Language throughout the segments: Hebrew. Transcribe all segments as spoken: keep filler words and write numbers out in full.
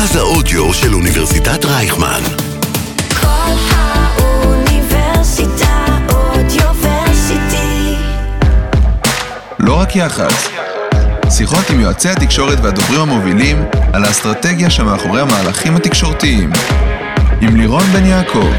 מרכז האודיו של אוניברסיטת רייכמן. כל האוניברסיטה אודיוורסיטי. לא רק יח"צ. שיחות עם יועצי התקשורת והדוברים המובילים על האסטרטגיה שמאחורי המהלכים התקשורתיים. עם לירון בן יעקב.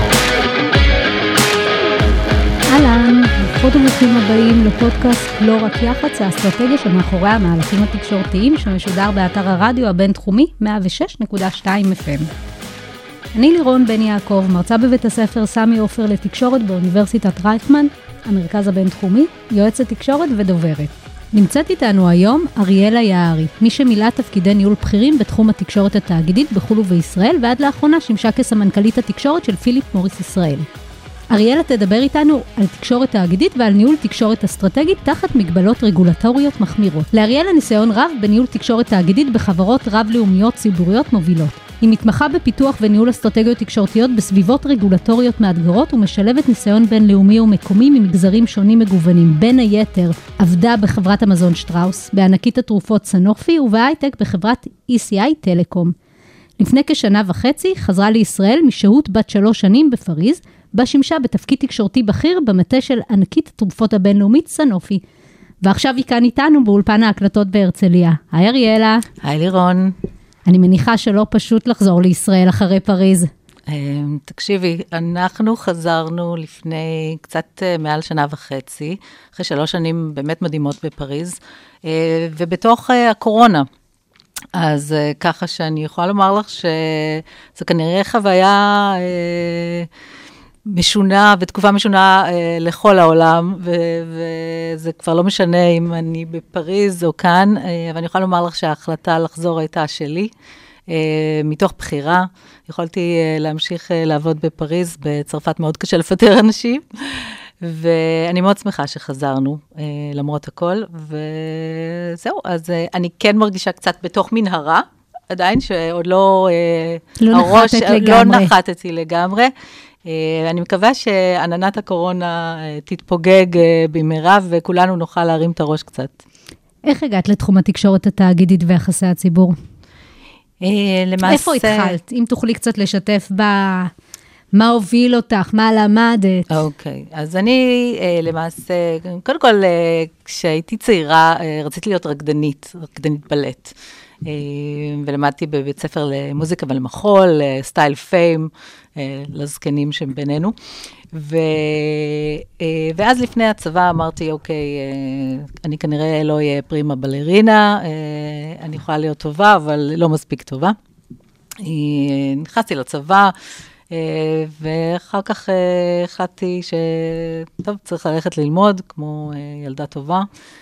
אהלן, ברוכות וברוכים הבאים לפודקאסט לא רק יח"צ, האסטרטגיה שמאחורי המהלכים התקשורתיים, שמשודר באתר הרדיו הבינתחומי מאה ושש נקודה שתיים אף אם. אני לירון בן יעקב, מרצה בבית הספר סמי עופר לתקשורת באוניברסיטת רייכמן, המרכז הבינתחומי, יועצת תקשורת ודוברת. נמצאת איתנו היום אריאלה יערי, מי שמילאה תפקידי ניהול בכירים בתחום התקשורת התאגידית בחו"ל ובישראל, ועד לאחרונה שימשה כסמנכ"לית התקשורת של פיליפ מוריס ישראל. אריאלה תדבר איתנו על תקשורת תאגידית ועל ניהול תקשורת אסטרטגית תחת מגבלות רגולטוריות מחמירות. לאריאלה ניסיון רב בניהול תקשורת תאגידית בחברות רב-לאומיות ציבוריות מובילות. היא מתמחה בפיתוח וניהול אסטרטגיות תקשורתיות בסביבות רגולטוריות מאתגרות ומשלבת ניסיון בינלאומי ומקומי ממגזרים שונים מגוונים. בין היתר עבדה בחברת המזון שטראוס, בענקית התרופות סנופי ובהייטק בחברת אי סי איי טלקום. לפני כשנה וחצי חזרה לישראל משהות בת שלוש שנים בפריז, בה שימשה בתפקיד תקשורתי בכיר במטה של ענקית התרופות הבינלאומית סנופי. ועכשיו היא כאן איתנו באולפן ההקלטות בהרצליה. היי אריאלה. היי לירון. אני מניחה שלא פשוט לחזור לישראל אחרי פריז. תקשיבי, אנחנו חזרנו לפני קצת מעל שנה וחצי, אחרי שלוש שנים באמת מדהימות בפריז, ובתוך הקורונה. אז ככה שאני יכולה לומר לך שזה כנראה חוויה משונה ותקופה משונה אה, לכל העולם, ו- וזה כבר לא משנה אם אני בפריז או כאן, אה, אבל אני יכולה לומר לך שההחלטה לחזור הייתה שלי, אה, מתוך בחירה. יכולתי אה, להמשיך אה, לעבוד בפריז, בצרפת מאוד קשה לפטר אנשים, ואני מאוד שמחה שחזרנו, אה, למרות הכל, וזהו, אז אה, אני כן מרגישה קצת בתוך מנהרה, עדיין שעוד לא, אה, לא הראש, נחתת לגמרי. לא נחתתי לגמרי, אני מקווה שעננת הקורונה תתפוגג במהרה, וכולנו נוכל להרים את הראש קצת. איך הגעת לתחום התקשורת התאגידית ויחסי הציבור? למעשה... איפה התחלת? אם תוכלי קצת לשתף בה, מה הוביל אותך, מה למדת? אוקיי, אז אני למעשה, קודם כל, כשהייתי צעירה, רציתי להיות רקדנית, רקדנית בלט. ולמדתי בבית ספר למוזיקה ולמחול, סטייל פיים, לזקנים שבינינו. ו... ואז לפני הצבא אמרתי, אוקיי, אני כנראה לא אהיה פרימה בלרינה, אני יכולה להיות טובה, אבל לא מספיק טובה. נכנסתי לצבא, ואחר כך החלטתי שטוב, צריך ללכת ללמוד, כמו ילדה טובה.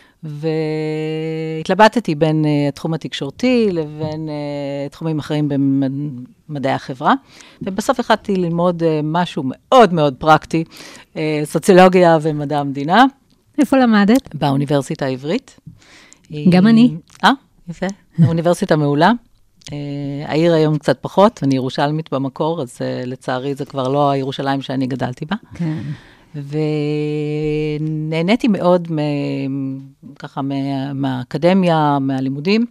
והתלבטתי בין uh, התחום התקשורתי לבין uh, תחומים אחרים במדעי החברה, ובסוף החלטתי ללמוד uh, משהו מאוד מאוד פרקטי, uh, סוציולוגיה ומדע המדינה. איפה למדת? באוניברסיטה העברית. גם אני. אה, יפה. האוניברסיטה מעולה. Uh, העיר היום קצת פחות, אני ירושלמית במקור, אז uh, לצערי זה כבר לא הירושלים שאני גדלתי בה. כן. ונהניתי מאוד ככה מהאקדמיה, מהלימודים,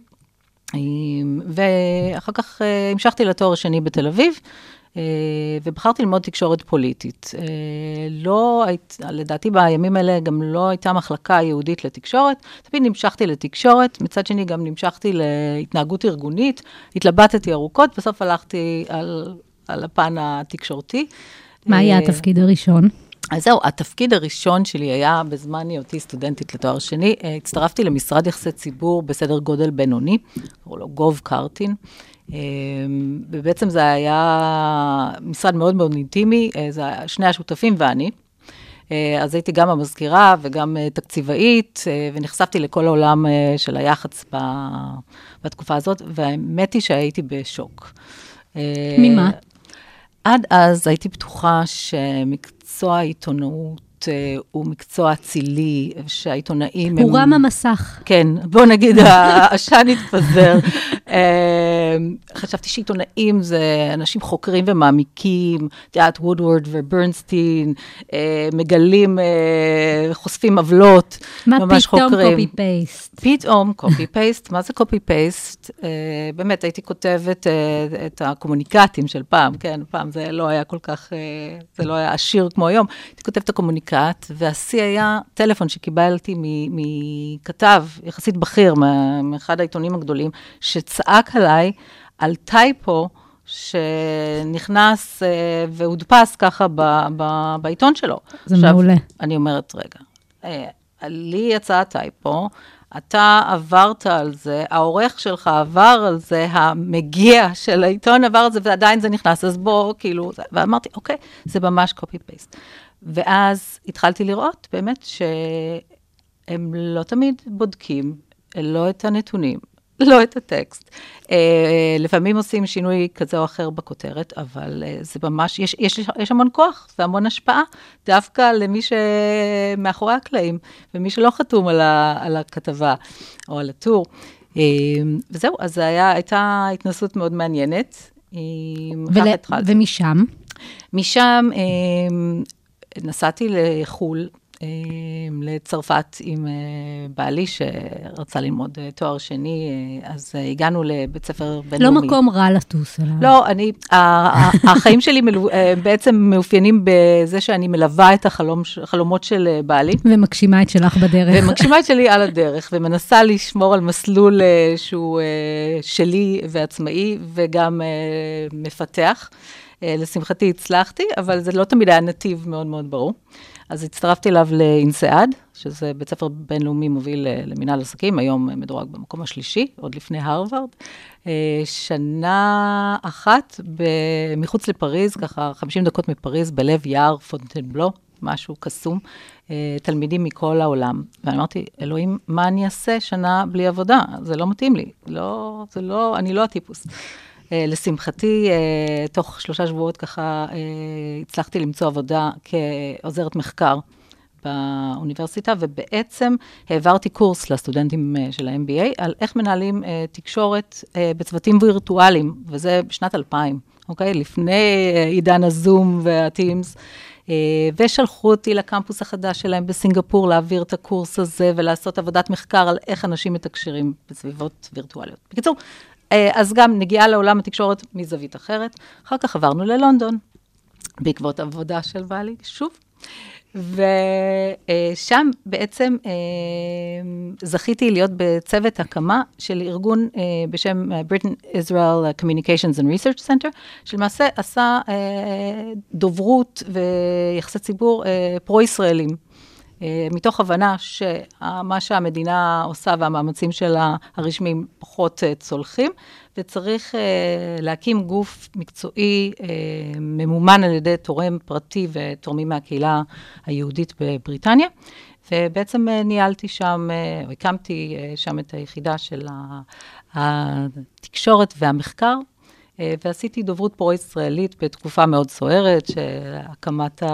ואחר כך המשכתי לתואר השני בתל אביב, ובחרתי ללמוד תקשורת פוליטית. לא, לדעתי בימים האלה גם לא הייתה מחלקה יהודית לתקשורת, תמיד נמשכתי לתקשורת, מצד שני גם נמשכתי להתנהגות ארגונית, התלבטתי ארוכות, בסוף הלכתי על, על הפן התקשורתי. מה היה התפקיד הראשון? אז זהו, התפקיד הראשון שלי היה בזמן היותי סטודנטית לתואר שני, הצטרפתי למשרד יחסי ציבור בסדר גודל בינוני, קראו לו גוב קרטין, ובעצם זה היה משרד מאוד מאוד אינטימי, זה היה שני השותפים ואני, אז הייתי גם המזכירה וגם תקציבאית, ונחשפתי לכל העולם של היח"צ בתקופה הזאת, והאמת היא שהייתי בשוק. ממה? עד אז הייתי בטוחה שמקצוע העיתונאות עיתונות הוא מקצוע צילי, שהעיתונאים הוא רם המסך. כן, בוא נגיד, העשן התפזר. חשבתי שעיתונאים זה אנשים חוקרים ומעמיקים, תיאת וודוורד וברנסטין, מגלים, חושפים עוולות, ממש חוקרים. מה פתאום קופי-פייסט? פתאום קופי-פייסט, מה זה קופי-פייסט? באמת, הייתי כותבת את הקומוניקטים של פעם, כן, פעם זה לא היה כל כך, זה לא היה עשיר כמו היום. הייתי כותבת את הקומוניקט, והשיא היה טלפון שקיבלתי מכתב, יחסית בכיר, מאחד העיתונים הגדולים, שצעק עליי על טייפו, שנכנס והודפס ככה ב, ב, בעיתון שלו. זה עכשיו, מעולה. אני אומרת, רגע, לי יצא טייפו, אתה עברת על זה, העורך שלך עבר על זה, המגיע של העיתון עבר על זה, ועדיין זה נכנס, אז בוא, כאילו, ואמרתי, אוקיי, זה ממש קופי-פייסט. ואז התחלתי לראות, באמת, שהם לא תמיד בודקים, לא את הנתונים, לא את הטקסט. לפעמים עושים שינוי כזה או אחר בכותרת, אבל זה ממש, יש, יש, יש המון כוח והמון השפעה, דווקא למי שמאחורי הקלעים, ומי שלא חתום על, ה, על הכתבה או על הטור. וזהו, אז זה היה, הייתה התנסות מאוד מעניינת. ול, ומשם? משם נסעתי לחול, לצרפת עם בעלי שרצה ללמוד תואר שני, אז הגענו לבית ספר בינלאומי. לא מקום רע לטוס עליו. לא, אני, החיים שלי בעצם מאופיינים בזה שאני מלווה את החלומות של בעלי. ומגשימה את שלך בדרך. ומגשימה את שלי על הדרך, ומנסה לשמור על מסלול שהוא שלי ועצמאי, וגם מפתח. לשמחתי הצלחתי, אבל זה לא תמיד היה נתיב מאוד מאוד ברור. אז הצטרפתי אליו לאינסאד, שזה בית ספר בינלאומי מוביל למינהל עסקים, היום מדורג במקום השלישי, עוד לפני הרווארד. שנה אחת מחוץ לפריז, ככה חמישים דקות מפריז, בלב יער פונטנבלו, משהו קסום, תלמידים מכל העולם. ואני אמרתי, אלוהים, מה אני אעשה שנה בלי עבודה? זה לא מתאים לי. לא, זה לא, אני לא הטיפוס. לשמחתי, תוך שלושה שבועות ככה, הצלחתי למצוא עבודה כעוזרת מחקר באוניברסיטה, ובעצם העברתי קורס לסטודנטים של ה-אם בי איי, על איך מנהלים תקשורת בצוותים וירטואליים, וזה בשנת אלפיים, אוקיי? לפני עידן הזום והטימס, ושלחו אותי לקמפוס החדש שלהם בסינגפור, להעביר את הקורס הזה, ולעשות עבודת מחקר על איך אנשים מתקשרים בסביבות וירטואליות. בקיצור, אז גם נגיעה לעולם התקשורת מזווית אחרת. אחר כך עברנו ללונדון, בעקבות עבודה של בעלי, שוב. ושם בעצם זכיתי להיות בצוות הקמה של ארגון בשם Britain Israel Communications and Research Center, שלמעשה עשה דוברות ויחסי ציבור פרו-ישראלים. מתוך הבנה שמה שהמדינה עושה והמאמצים שלה הרשמיים פחות צולחים, וצריך להקים גוף מקצועי ממומן על ידי תורם פרטי ותורמים מהקהילה היהודית בבריטניה, ובעצם ניהלתי שם, או הקמתי שם את היחידה של התקשורת והמחקר, ועשיתי דוברות פרו-ישראלית בתקופה מאוד סוערת, שהקמת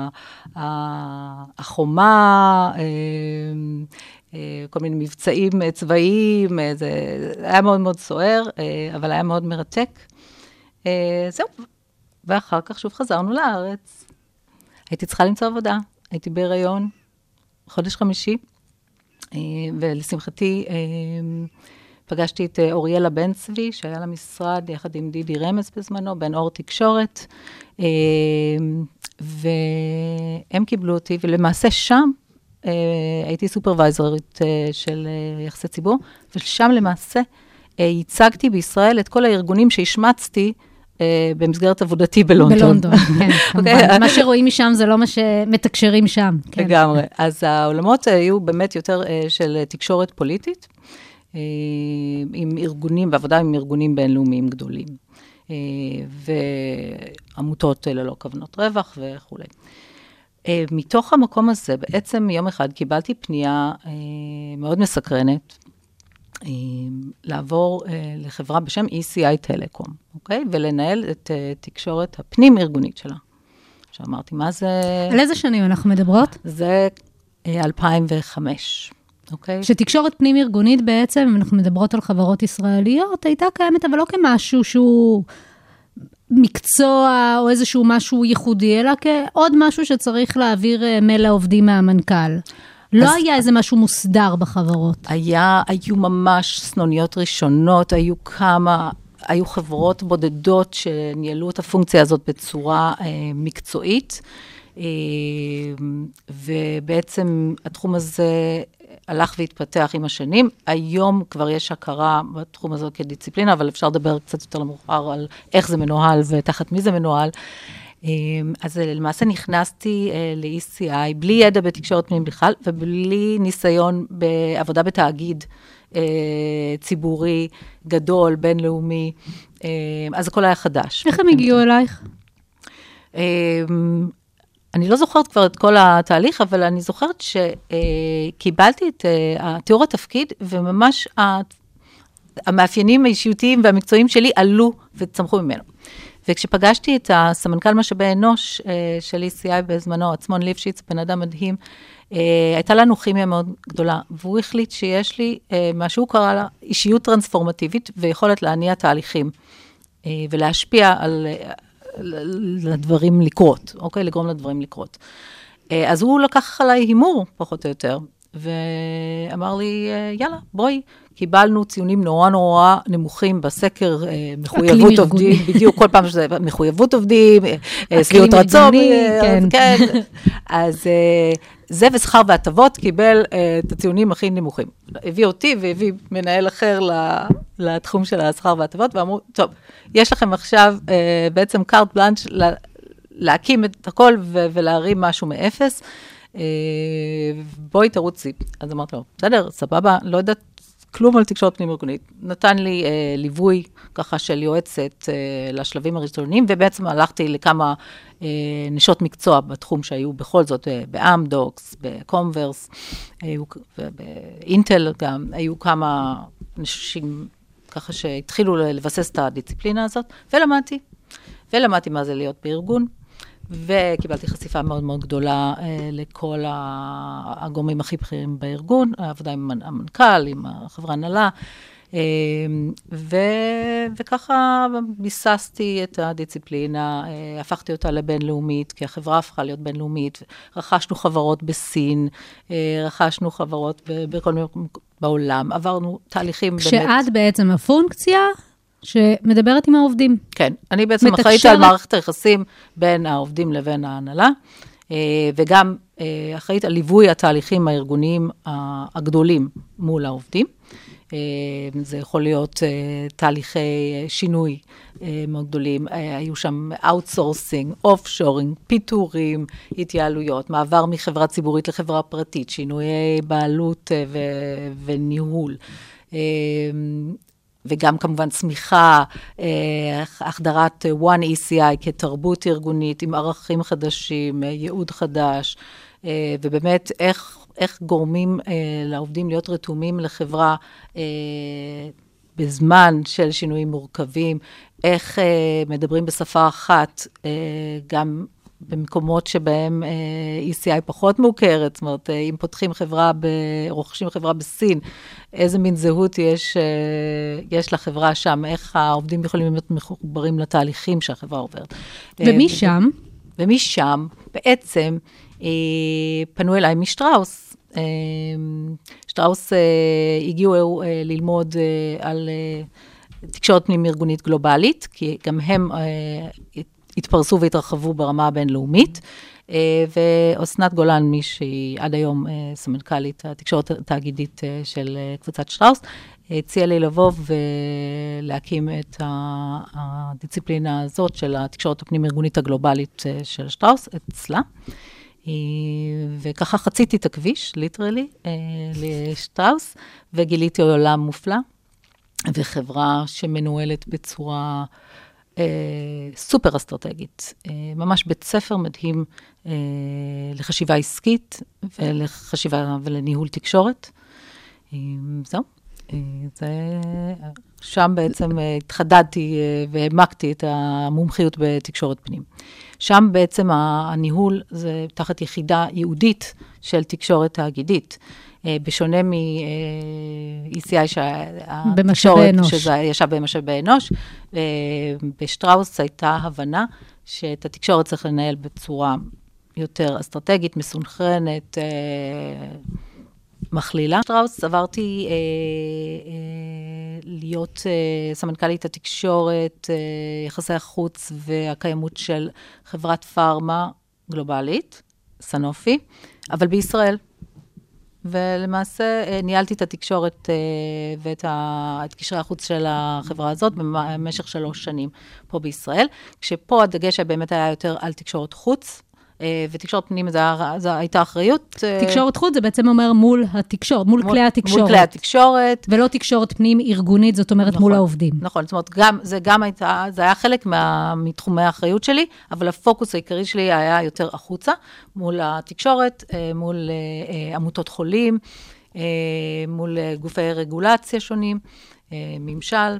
החומה, כל מיני מבצעים צבאיים, זה היה מאוד מאוד סוער, אבל היה מאוד מרתק. זהו, ואחר כך שוב חזרנו לארץ. הייתי צריכה למצוא עבודה, הייתי בהיריון, חודש חמישי, ולשמחתי, פגשתי את אוריאלה בן צבי, שהיה למשרד יחד עם דידי רמז בזמנו, בן אור תקשורת, והם קיבלו אותי, ולמעשה שם הייתי סופרוויזורית של יחסי ציבור, ושם למעשה ייצגתי בישראל את כל הארגונים שהשמצתי במסגרת עבודתי בלונדון. בלונדון, כן, כמובן. מה שרואים משם זה לא מה שמתקשרים שם. לגמרי. אז העולמות היו באמת יותר של תקשורת פוליטית, עם ארגונים, בעבודה עם ארגונים בינלאומיים גדולים, ועמותות ללא כוונות רווח וכו'. מתוך המקום הזה, בעצם יום אחד קיבלתי פנייה מאוד מסקרנת, לעבור לחברה בשם אי סי איי טלקום, אוקיי? ולנהל את תקשורת הפנים ארגונית שלה. שאמרתי, מה זה... על איזה שנים אנחנו מדברות? זה אלפיים וחמש, אוקיי? שתקשורת פנים ארגונית בעצם, אם אנחנו מדברות על חברות ישראליות, הייתה קיימת, אבל לא כמשהו שהוא מקצוע או איזשהו משהו ייחודי, אלא כעוד משהו שצריך להעביר מייל לעובדים מהמנכ"ל. לא היה איזה משהו מוסדר בחברות. היה, היו ממש סנוניות ראשונות, היו כמה, היו חברות בודדות שניהלו את הפונקציה הזאת בצורה אה, מקצועית, אה, ובעצם התחום הזה הלך והתפתח עם השנים. היום כבר יש הכרה בתחום הזה כדיציפלינה, אבל אפשר לדבר קצת יותר למאוחר על איך זה מנוהל ותחת מי זה מנוהל. אז למעשה נכנסתי ל-אי סי איי, בלי ידע בתקשורת פנים בכלל, ובלי ניסיון בעבודה בתאגיד ציבורי, גדול, בינלאומי, אז הכל היה חדש. איך הם הגיעו אלייך? אני לא זוכרת כבר את כל התהליך, אבל אני זוכרת שקיבלתי את תיאור התפקיד, וממש המאפיינים האישיותיים והמקצועיים שלי עלו וצמחו ממנו. וכשפגשתי את הסמנכ"ל משאבי אנוש של אי סי איי בזמנו, עצמון ליפשיץ, בן אדם מדהים, הייתה לנו כימיה מאוד גדולה, והוא החליט שיש לי מה שהוא קרא לה אישיות טרנספורמטיבית, ויכולת להניע תהליכים, ולהשפיע על לדברים לקרות, אוקיי? לגרום לדברים לקרות. אז הוא לקח עליי הימור, פחות או יותר, ואמר לי, יאללה, בואי, קיבלנו ציונים נורא נורא נמוכים בסקר, מחויבות עובדים, בדיוק כל פעם שזה מחויבות עובדים, סביעות רצון, כן. אז זה ושכר והטבות קיבל את הציונים הכי נמוכים. הביא אותי והביא מנהל אחר לתחום של השכר והטבות, ואמרו, טוב, יש לכם עכשיו בעצם קארט בלנץ' להקים את הכל ולהרים משהו מאפס, בואי תרוצי. אז אמרתי לו, בסדר, סבבה, לא יודעת כלום על תקשורת פנים ארגונית. נתן לי אה, ליווי ככה של יועצת אה, לשלבים הראשונים, ובעצם הלכתי לכמה אה, נשות מקצוע בתחום שהיו בכל זאת, אה, באמדוקס, בקומברס, אה, באינטל גם, היו כמה נשים ככה שהתחילו לבסס את הדיציפלינה הזאת, ולמדתי. ולמדתי מה זה להיות בארגון. וקיבלתי חשיפה מאוד מאוד גדולה אה, לכל הגורמים הכי בכירים בארגון, העבודה עם המנכ"ל, עם החברה הנהלה, אה, ו, וככה ביססתי את הדיציפלינה, אה, הפכתי אותה לבינלאומית, כי החברה הפכה להיות בינלאומית, רכשנו חברות בסין, אה, רכשנו חברות בכל מיני בעולם, עברנו תהליכים כשאת באמת... כשאת בעצם הפונקציה... שמדברת עם העובדים. כן, אני בעצם מתקשרת... אחראית על מערכת היחסים בין העובדים לבין ההנהלה, וגם אחראית על ליווי התהליכים הארגוניים הגדולים מול העובדים. זה יכול להיות תהליכי שינוי מאוד גדולים, היו שם אאוטסורסינג, אוף-שורינג, פיטורים, התייעלויות, מעבר מחברה ציבורית לחברה פרטית, שינויי בעלות ו- וניהול. וגם כמובן צמיחה, החדרת one אי סי איי כתרבות ארגונית עם ערכים חדשים, ייעוד חדש, ובאמת איך, איך גורמים לעובדים להיות רתומים לחברה בזמן של שינויים מורכבים, איך מדברים בשפה אחת, גם במקומות שבהם אי סי איי פחות מוכרת, זאת אומרת, אם פותחים חברה, רוכשים חברה בסין, איזה מין זהות יש, יש לחברה שם, איך העובדים יכולים להיות מחוברים לתהליכים שהחברה עוברת. ומשם? ומשם, בעצם, פנו אליי משטראוס. שטראוס הגיעו ללמוד על תקשורת פנים ארגונית גלובלית, כי גם הם התפרסו והתרחבו ברמה הבינלאומית, ואוסנת גולן, מי שהיא עד היום סמנכ"לית התקשורת התאגידית של קבוצת שטראוס, הציעה לי לבוא ולהקים את הדיציפלינה הזאת של התקשורת הפנים ארגונית הגלובלית של שטראוס, אצלה. וככה חציתי את הכביש, ליטרלי, לשטראוס, וגיליתי עולם מופלא, וחברה שמנוהלת בצורה סופר אסטרטגית, ממש בית ספר מדהים לחשיבה עסקית ולחשיבה ולניהול תקשורת. זהו, זה שם בעצם התחדדתי והעמקתי את המומחיות בתקשורת פנים. שם בעצם הניהול זה תחת יחידה ייעודית של תקשורת תאגידית. בשונה מ-E C I שהתקשורת, שזה ישב במשאבי אנוש, בשטראוס הייתה הבנה שאת התקשורת צריך לנהל בצורה יותר אסטרטגית, מסונכרנת, מכלילה. שטראוס עברתי אה, אה, להיות אה, סמנכ"לית התקשורת, אה, יחסי החוץ והקיימות של חברת פארמה גלובלית, סנופי, אבל בישראל. ולמעשה אה, ניהלתי את התקשורת אה, ואת ה, את קשרי החוץ של החברה הזאת במשך שלוש שנים פה בישראל, כשפה הדגש באמת היה יותר על תקשורת חוץ, ותקשורת פנים, זו הייתה אחריות. תקשורת חוץ, זה בעצם אומר מול התקשורת, מול כלי התקשורת. מול כלי התקשורת. ולא תקשורת פנים ארגונית, זאת אומרת מול העובדים. נכון, זאת אומרת, זה גם הייתה, זה היה חלק מתחומי האחריות שלי, אבל הפוקוס העיקרי שלי היה יותר החוצה, מול התקשורת, מול עמותות חולים, מול גופי רגולציה שונים, ממשל,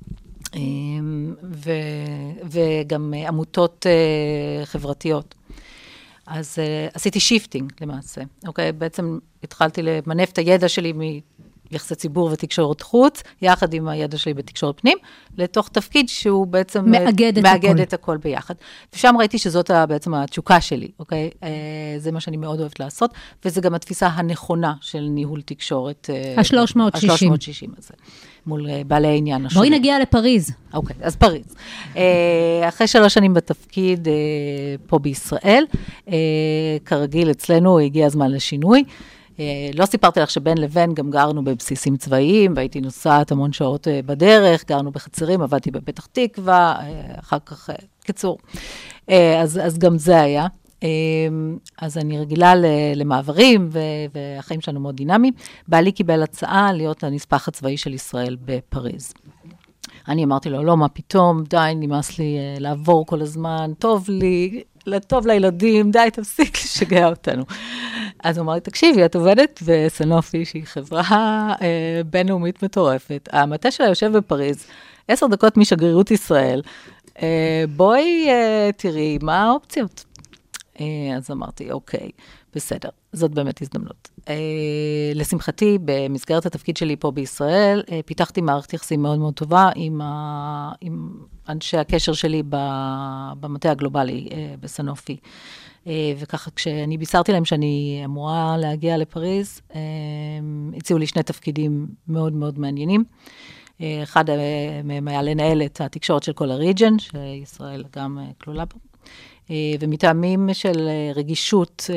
וגם עמותות חברתיות. אז uh, עשיתי שיפטינג למעשה, אוקיי? בעצם התחלתי למנף את הידע שלי מיחסי ציבור ותקשורת חוץ, יחד עם הידע שלי בתקשורת פנים, לתוך תפקיד שהוא בעצם מאגד את, מאגד הכל. את הכל ביחד. ושם ראיתי שזאת בעצם התשוקה שלי, אוקיי? Uh, זה מה שאני מאוד אוהבת לעשות, וזה גם התפיסה הנכונה של ניהול תקשורת. ה-שלוש מאות שישים. ה-שלוש מאות שישים הזה. מול בעלי העניין השונים. בואי נגיע לפריז. אוקיי, אז פריז. אחרי שלוש שנים בתפקיד פה בישראל, כרגיל אצלנו הגיע הזמן לשינוי. לא סיפרתי לך שבין לבין גם גרנו בבסיסים צבאיים, והייתי נוסעת המון שעות בדרך, גרנו בחצרים, עבדתי בפתח תקווה, אחר כך, קיצור. אז, אז גם זה היה. אז אני רגילה למעברים, והחיים שלנו מאוד דינמיים. בעלי קיבל הצעה להיות הנספח הצבאי של ישראל בפריז. אני אמרתי לו, לא, מה פתאום, די, נמאס לי לעבור כל הזמן, טוב לי, טוב לילדים, די, תפסיק לשגע אותנו. אז הוא אמר לי, תקשיבי, את עובדת בסנופי, שהיא חברה בינלאומית מטורפת. המטה שלה יושב בפריז, עשר דקות משגרירות ישראל. בואי תראי, מה האופציות? אז אמרתי, אוקיי, בסדר, זאת באמת הזדמנות. לשמחתי, במסגרת התפקיד שלי פה בישראל, פיתחתי מערכת יחסים מאוד מאוד טובה עם, ה... עם אנשי הקשר שלי במטה הגלובלי בסנופי. וככה, כשאני בישרתי להם שאני אמורה להגיע לפריז, הציעו לי שני תפקידים מאוד מאוד מעניינים. אחד מהם היה לנהל את התקשורת של כל הריג'ן, שישראל גם כלולה בו. ומטעמים של רגישות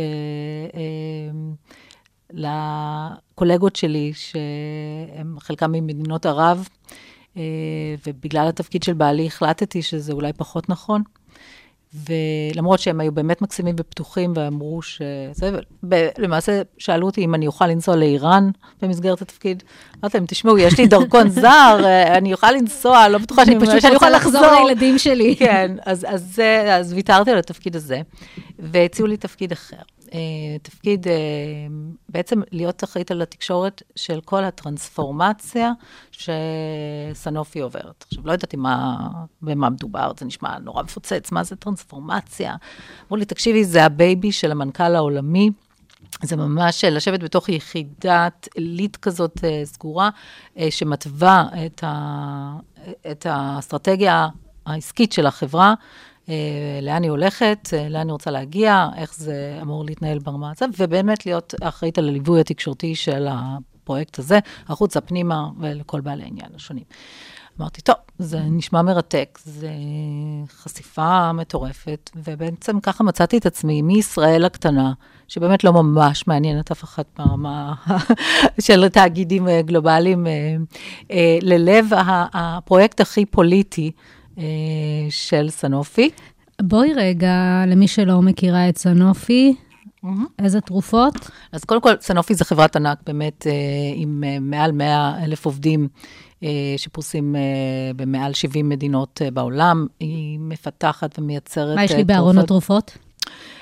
לקולגות שלי, שהם חלקם ממדינות ערב, ובגלל התפקיד של בעלי החלטתי שזה אולי פחות נכון, ולמרות שהם היו באמת מקסימים ופתוחים, ואמרו שזה, למעשה שאלו אותי אם אני אוכל לנסוע לאיראן במסגרת התפקיד. אמרתי להם, תשמעו, יש לי דרכון זר, אני אוכל לנסוע, לא בטוחה שאני פשוט שאני אוכל לחזור לילדים שלי. כן, אז, אז, אז ויתרתי על התפקיד הזה, והציעו לי תפקיד אחר. תפקיד, בעצם להיות אחראית על התקשורת של כל הטרנספורמציה שסנופי עוברת. עכשיו, לא ידעתי מה, במה מדובר, זה נשמע נורא מפוצץ, מה זה טרנספורמציה? אמרו לי, תקשיבי, זה הבייבי של המנכ"ל העולמי, זה ממש לשבת בתוך יחידת עילית כזאת סגורה, שמטבע את, ה, את האסטרטגיה העסקית של החברה, לאן היא הולכת, לאן היא רוצה להגיע, איך זה אמור להתנהל ברמה הזה, ובאמת להיות אחראית על הליווי התקשורתי של הפרויקט הזה, החוץ הפנימה ולכל בעלי העניין השונים. אמרתי, טוב, זה נשמע מרתק, זה חשיפה מטורפת, ובעצם ככה מצאתי את עצמי מישראל הקטנה, שבאמת לא ממש מעניינת אף אחת ברמה של תאגידים גלובליים, ללב הפרויקט הכי פוליטי, של סנופי. בואי רגע, למי שלא מכירה את סנופי, איזה תרופות? אז קודם כל, סנופי זה חברת ענק, באמת, עם מעל מאה אלף עובדים, שפרוסים במעל שבעים מדינות בעולם. היא מפתחת ומייצרת תרופות. מה יש לי בארון התרופות?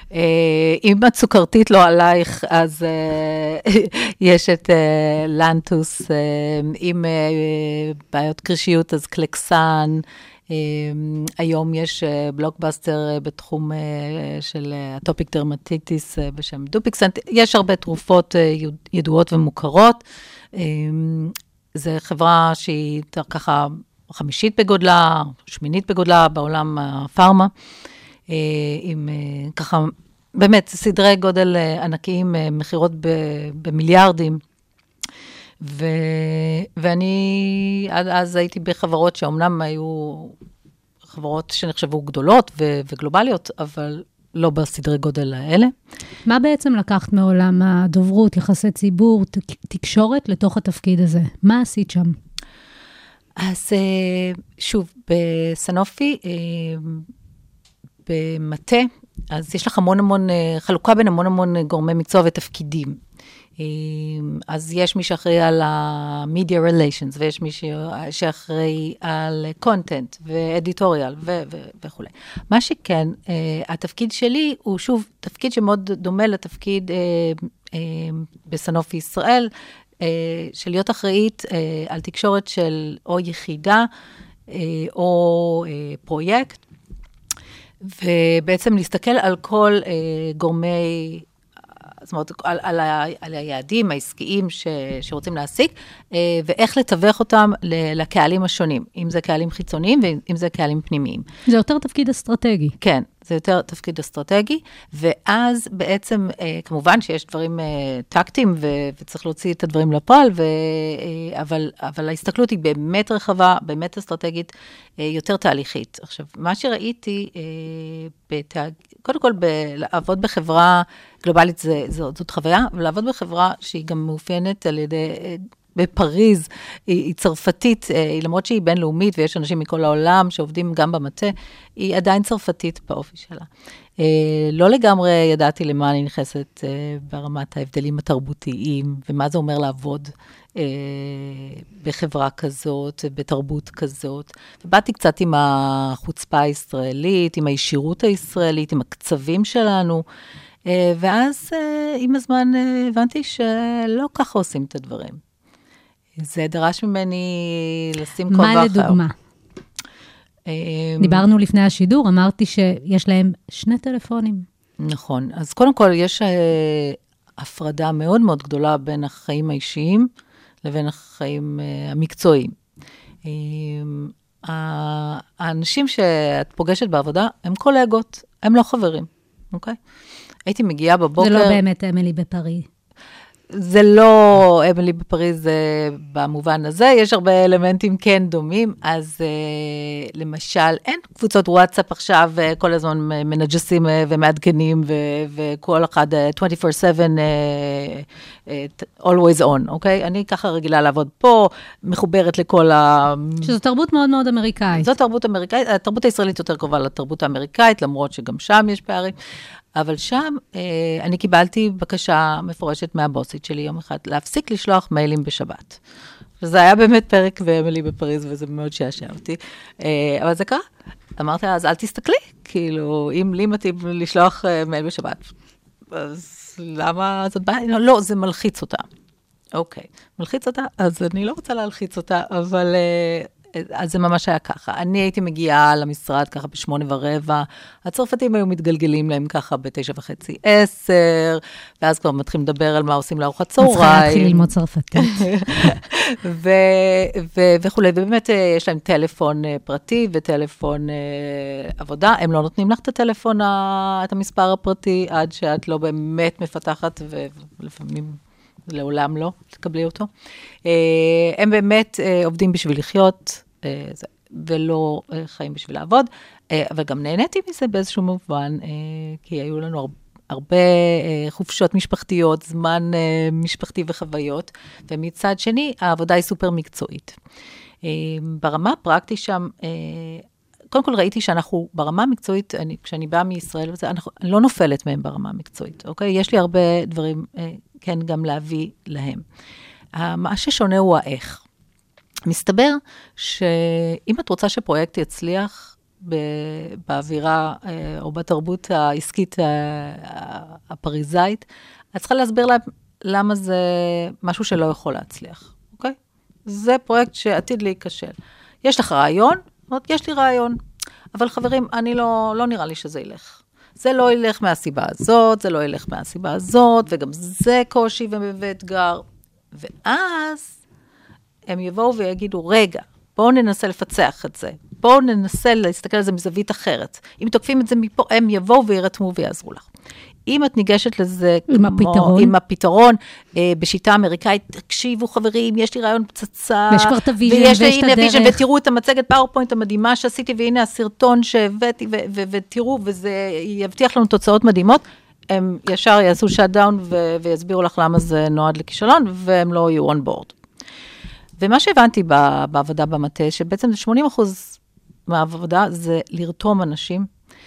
אם הסוכרתית לא עלייך, אז יש את לנטוס, עם בעיות קרישיות, אז קלקסן, היום יש בלוקבאסטר בתחום של אטופיק דרמטיטיס בשם דופיקסנט, יש הרבה תרופות ידועות ומוכרות, זו חברה שהיא ככה חמישית בגודלה, שמינית בגודלה בעולם הפארמה, עם ככה, באמת, סדרי גודל ענקיים, מחירות במיליארדים, ו, ואני עד אז הייתי בחברות שאומנם היו חברות שנחשבו גדולות ו, וגלובליות, אבל לא בסדרי גודל האלה. מה בעצם לקחת מעולם הדוברות, יחסי ציבור, תקשורת לתוך התפקיד הזה? מה עשית שם? אז שוב, בסנופי, במטה, אז יש לך המון המון, חלוקה בין המון המון גורמי מקצוע ותפקידים. אז יש מי שאחראי על ה-media relations, ויש מי שאחראי על content ו-editorial וכו'. מה שכן, התפקיד שלי הוא שוב תפקיד שמאוד דומה לתפקיד בסנופי ישראל, של להיות אחראית על תקשורת של או יחידה או פרויקט, ובעצם להסתכל על כל גורמי, זאת אומרת, על, על, ה, על היעדים העסקיים ש, שרוצים להשיג, ואיך לתווך אותם לקהלים השונים, אם זה קהלים חיצוניים ואם זה קהלים פנימיים. זה יותר תפקיד אסטרטגי. כן, זה יותר תפקיד אסטרטגי, ואז בעצם, כמובן שיש דברים טקטיים, וצריך להוציא את הדברים לפועל, ו, אבל, אבל ההסתכלות היא באמת רחבה, באמת אסטרטגית, יותר תהליכית. עכשיו, מה שראיתי, בתאג... קודם כל, לעבוד בחברה גלובלית, זה, זאת, זאת חוויה, ולעבוד בחברה שהיא גם מאופיינת על ידי, בפריז, היא, היא צרפתית, היא, למרות שהיא בינלאומית, ויש אנשים מכל העולם שעובדים גם במטה, היא עדיין צרפתית באופי שלה. לא לגמרי ידעתי למה אני נכנסת ברמת ההבדלים התרבותיים, ומה זה אומר לעבוד בחברה כזאת, בתרבות כזאת. ובאתי קצת עם החוצפה הישראלית, עם הישירות הישראלית, עם הקצבים שלנו, ואז עם הזמן הבנתי שלא ככה עושים את הדברים. זה דרש ממני לשים כובע אחר. מה לדוגמה? דיברנו לפני השידור, אמרתי שיש להם שני טלפונים. נכון. אז קודם כל יש הפרדה מאוד מאוד גדולה בין החיים האישיים לבין החיים המקצועיים. האנשים שאת פוגשת בעבודה הם קולגות, הם לא חברים, אוקיי? הייתי מגיעה בבוקר... זה לא באמת אמילי בפריז. זה לא אמילי בפריז במובן הזה, יש הרבה אלמנטים כן דומים, אז למשל, אין קבוצות וואטסאפ עכשיו, כל הזמן מנג'סים ומעדכנים, וכל אחד עשרים וארבע שבע, always on, אוקיי? אני ככה רגילה לעבוד פה, מחוברת לכל ה... שזו תרבות מאוד מאוד אמריקאית. זו תרבות אמריקאית, התרבות הישראלית יותר קרובה לתרבות האמריקאית, למרות שגם שם יש פערים. אבל שם אה, אני קיבלתי בקשה מפורשת מהבוסית שלי יום אחד, להפסיק לשלוח מיילים בשבת. וזה היה באמת פרק ואמילי בפריז, וזה מאוד שעשע אותי. אה, אבל זה קרה. אמרתי, אז אל תסתכלי, כאילו, אם לי מתאים לשלוח אה, מייל בשבת, אז למה זאת בעיה? לא, לא, זה מלחיץ אותה. אוקיי, מלחיץ אותה, אז אני לא רוצה להלחיץ אותה, אבל... אה, אז זה ממש היה ככה. אני הייתי מגיעה למשרד ככה בשמונה ורבע, הצרפתים היו מתגלגלים להם ככה בתשע וחצי, עשר, ואז כבר מתחילים לדבר על מה עושים לארוחת צהריים. צריכה להתחיל ללמוד צרפתית. וכו', ובאמת יש להם טלפון פרטי וטלפון עבודה, הם לא נותנים לך את הטלפון, את המספר הפרטי, עד שאת לא באמת מפתחת, ולפעמים... לעולם לא, תקבלי אותו. הם באמת עובדים בשביל לחיות, ולא חיים בשביל לעבוד, אבל גם נהניתי מזה באיזשהו מובן, כי היו לנו הרבה חופשות משפחתיות, זמן משפחתי וחוויות, ומצד שני, העבודה היא סופר מקצועית. ברמה הפרקטית שם, קודם כל ראיתי שאנחנו ברמה המקצועית, אני, כשאני באה מישראל, וזה, אנחנו, אני לא נופלת מהם ברמה המקצועית, אוקיי? יש לי הרבה דברים, כן, גם להביא להם. מה ששונה הוא האיך. מסתבר שאם את רוצה שפרויקט יצליח, באווירה או בתרבות העסקית הפריזאית, את צריכה להסביר להם למה זה משהו שלא יכול להצליח, אוקיי? זה פרויקט שעתיד להיכשל. יש לך רעיון? יש לי רעיון. אבל חברים, אני לא, לא נראה לי שזה ילך. זה לא ילך מהסיבה הזאת, זה לא ילך מהסיבה הזאת, וגם זה קושי ואתגר. ואז הם יבואו ויגידו, רגע, בואו ננסה לפצח את זה. בואו ננסה להסתכל על זה מזווית אחרת. אם תוקפים את זה מפה, הם יבואו וירתמו ויעזרו לך. אם את ניגשת לזה עם כמו, הפתרון, עם הפתרון אה, בשיטה אמריקאית, תקשיבו חברים, יש לי רעיון פצצה, ויש כבר את הוויז'ן, ויש לי הנה ויז'ן, ותראו את המצגת פאורפוינט המדהימה שעשיתי, והנה הסרטון שהבאתי, ו- ו- ותראו, וזה יבטיח לנו תוצאות מדהימות, הם ישר יעשו שאט דאון, ו- ויסבירו לך למה זה נועד לכישלון, והם לא יהיו on board. ומה שהבנתי ב- בעבודה במטה, שבעצם שמונים אחוז מהעבודה, זה לרתום אנשים,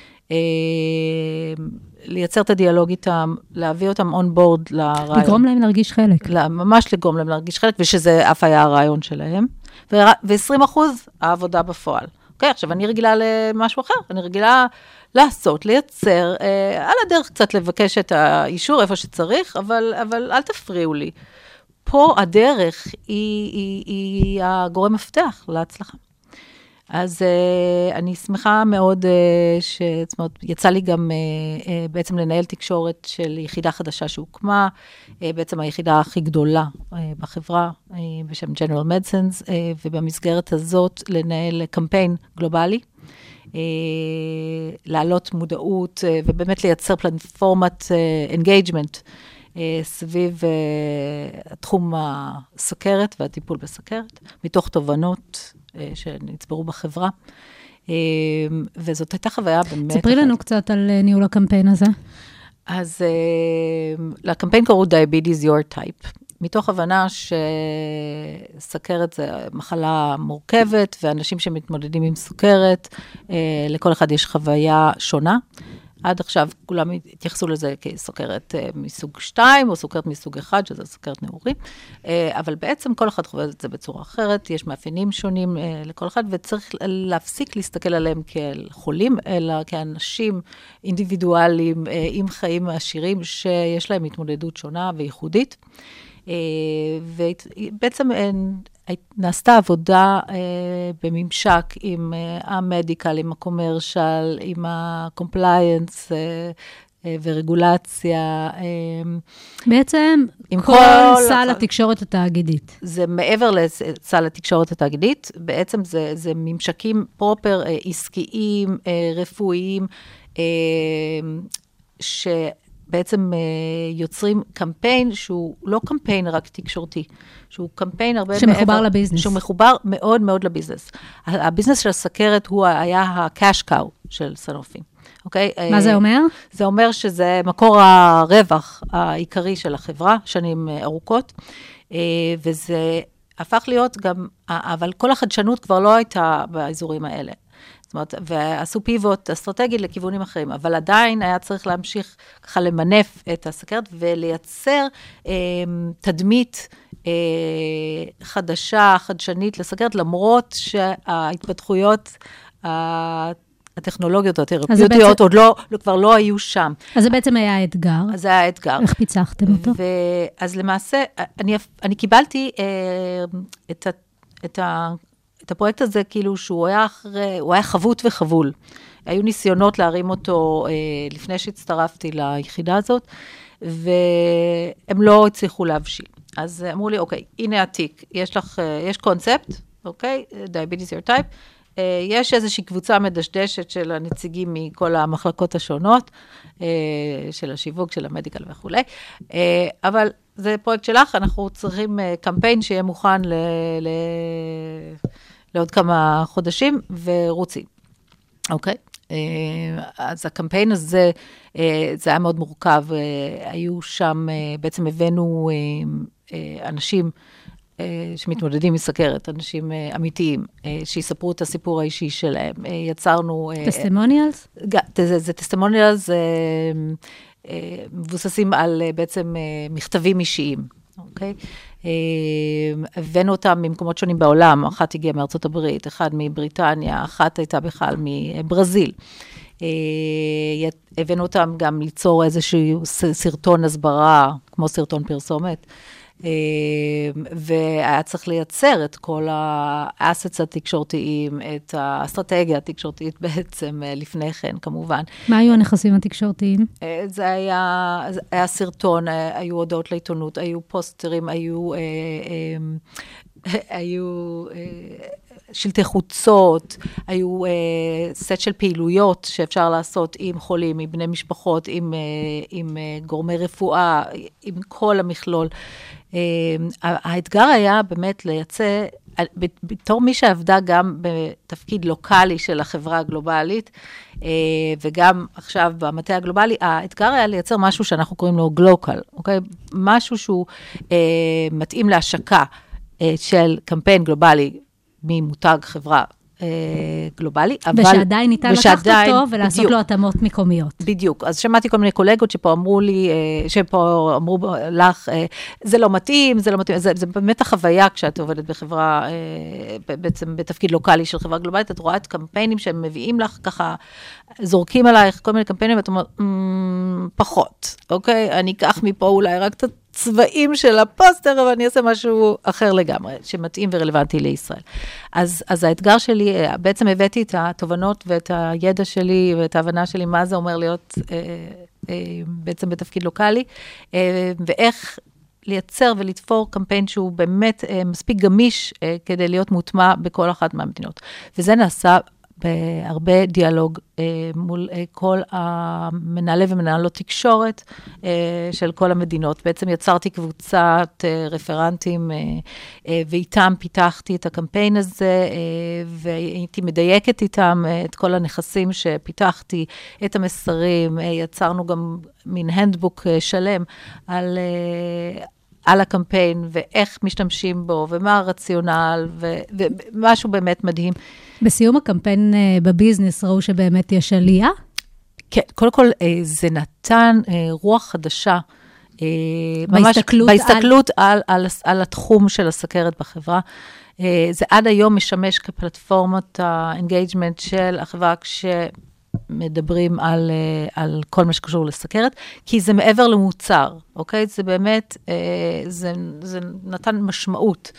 לייצר את הדיאלוג איתם, להביא אותם on board לרעיון. לגרום להם להרגיש חלק. ממש לגרום להם להרגיש חלק, ושזה אף היה הרעיון שלהם. ו-עשרים אחוז העבודה בפועל. אוקיי, עכשיו אני רגילה למשהו אחר, אני רגילה לעשות, לייצר, על הדרך קצת לבקש את האישור איפה שצריך, אבל, אבל אל תפריעו לי. פה הדרך היא, היא, היא הגורם מפתח להצלחה. אז uh, אני שמחה מאוד, uh, ש, זאת אומרת, יצא לי גם uh, uh, בעצם לנהל תקשורת של יחידה חדשה שהוקמה, uh, בעצם היחידה הכי גדולה uh, בחברה, uh, בשם General Medicines, uh, ובמסגרת הזאת לנהל קמפיין גלובלי, uh, להעלות מודעות, uh, ובאמת לייצר פלטפורמת uh, engagement, uh, סביב uh, תחום הסוכרת והטיפול בסוכרת, מתוך תובנות, שנצברו בחברה, וזאת הייתה חוויה באמת... ספרי לנו קצת על ניהול הקמפיין הזה. אז לקמפיין קראו Diabetes Your Type, מתוך הבנה שסוכרת זה מחלה מורכבת, ואנשים שמתמודדים עם סוכרת, לכל אחד יש חוויה שונה. עד עכשיו כולם התייחסו לזה כסוכרת מסוג שתיים, או סוכרת מסוג אחד, שזה סוכרת נעורים, אבל בעצם כל אחד חווה את זה בצורה אחרת, יש מאפיינים שונים לכל אחד, וצריך להפסיק להסתכל עליהם כאל חולים, אלא כאנשים אינדיבידואליים, עם חיים עשירים, שיש להם התמודדות שונה וייחודית, ובעצם נעשתה עבודה בממשק עם המדיקל, עם הקומרשל, עם הקומפליינס ורגולציה. בעצם כל סל התקשורת התאגידית. זה מעבר לסל התקשורת התאגידית, בעצם זה, זה ממשקים פרופר עסקיים, רפואיים, ש... בעצם יוצרים קמפיין שהוא לא קמפיין רק תקשורתי, שהוא קמפיין הרבה מעבר... שמחובר לביזנס. שהוא מחובר מאוד מאוד לביזנס. הביזנס של הסוכרת הוא היה ה-cash cow של סנופי. אוקיי? מה זה אומר? זה אומר שזה מקור הרווח העיקרי של החברה, שנים ארוכות, וזה הפך להיות גם, אבל כל החדשנות כבר לא הייתה באזורים האלה. זאת אומרת, ועשו פיבוט אסטרטגי לכיוונים אחרים, אבל עדיין היה צריך להמשיך ככה למנף את הסוכרת, ולייצר אה, תדמית אה, חדשה, חדשנית לסוכרת, למרות שההתפתחויות, אה, הטכנולוגיות או התרפיות עוד לא, כבר לא היו שם. אז זה בעצם היה האתגר. אז זה היה האתגר. איך פיצחתם אותו? אז למעשה, אני, אני קיבלתי אה, את ה... את ה את הפרויקט הזה, כאילו שהוא היה, אחרי, הוא היה חבוט וחבול. היו ניסיונות להרים אותו אה, לפני שהצטרפתי ליחידה הזאת, והם לא הצליחו להבשיל. אז אמרו לי, אוקיי, הנה התיק, יש לך, יש קונספט, אוקיי, Diabetes Your Type, אה, יש איזושהי קבוצה מדשדשת של הנציגים מכל המחלקות השונות, אה, של השיווק, של המדיקל וכו', אה, אבל זה פרויקט שלך, אנחנו צריכים אה, קמפיין שיהיה מוכן ל... ל לעוד כמה חודשים, ורוצים. אוקיי? אז הקמפיין הזה, זה היה מאוד מורכב, היו שם, בעצם הבאנו אנשים שמתמודדים מסוכרת, אנשים אמיתיים, שיספרו את הסיפור האישי שלהם. יצרנו... טסטימוניאלס? זה, זה טסטימוניאלס, מבוססים על בעצם מכתבים אישיים. אוקיי? הבאנו אותם ממקומות שונים בעולם, אחת הגיעה מארצות הברית, אחד מבריטניה, אחת הייתה בכלל מברזיל. הבאנו אותם גם ליצור איזשהו סרטון הסברה, כמו סרטון פרסומת, והיה צריך לייצר את כל האסטס התקשורתיים, את האסטרטגיה התקשורתית בעצם לפני כן, כמובן. מה היו הנכסים התקשורתיים? זה היה, זה היה סרטון, היו הודעות לעיתונות, היו פוסטרים, היו, היו שלטי חוצות, היו סט של פעילויות שאפשר לעשות עם חולים, עם בני משפחות, עם, עם גורמי רפואה, עם כל המכלול. האתגר היה באמת לייצא, בתור מי שעבדה גם בתפקיד לוקלי של החברה הגלובלית, וגם עכשיו במטה הגלובלי, האתגר היה לייצר משהו שאנחנו קוראים לו גלוקל, אוקיי? משהו שהוא מתאים להשקה של קמפיין גלובלי ממותג חברה גלובלי, אבל... ושעדיין ניתן לקחת אותו ולעשות בדיוק, לו התאמות מקומיות. בדיוק. אז שמעתי כל מיני קולגות שפה אמרו לי, שפה אמרו לך, זה לא מתאים, זה לא מתאים, זה, זה באמת החוויה כשאת עובדת בחברה, בעצם בתפקיד לוקלי של חברה גלובלית, את רואה את קמפיינים שהם מביאים לך ככה, זורקים עלייך כל מיני קמפיינים, ואת אומרת, פחות, אוקיי? אני אקח מפה אולי רק את צבעים של הפוסטר, אבל אני אעשה משהו אחר לגמרי, שמתאים ורלוונטי לישראל. אז, אז האתגר שלי, בעצם הבאתי את התובנות ואת הידע שלי, ואת ההבנה שלי, מה זה אומר להיות אה, אה, בעצם בתפקיד לוקלי, אה, ואיך לייצר ולתפור קמפיין שהוא באמת אה, מספיק גמיש, אה, כדי להיות מוטמע בכל אחת מהמדינות. וזה נעשה בהרבה דיאלוג אה, מול אה, כל המנהלי ומנהלות תקשורת אה, של כל המדינות. בעצם יצרתי קבוצת אה, רפרנטים, אה, אה, ואיתם פיתחתי את הקמפיין הזה, אה, והייתי מדייקת איתם אה, את כל הנכסים שפיתחתי, את המסרים, אה, יצרנו גם מין הנדבוק אה, שלם על... אה, על הקמפיין, ואיך משתמשים בו, ומה הרציונל, ו- ומשהו באמת מדהים. בסיום הקמפיין בביזנס, ראו שבאמת יש עלייה? כן, קודם כל, זה נתן רוח חדשה, בהסתכלות, ממש, בהסתכלות על... על, על, על התחום של הסכרת בחברה. זה עד היום משמש כפלטפורמת האנגייג'מנט של החברה, כש... מדברים על, על כל מה שקשור לסכרת, כי זה מעבר למוצר, אוקיי? זה באמת, זה, זה נתן משמעות,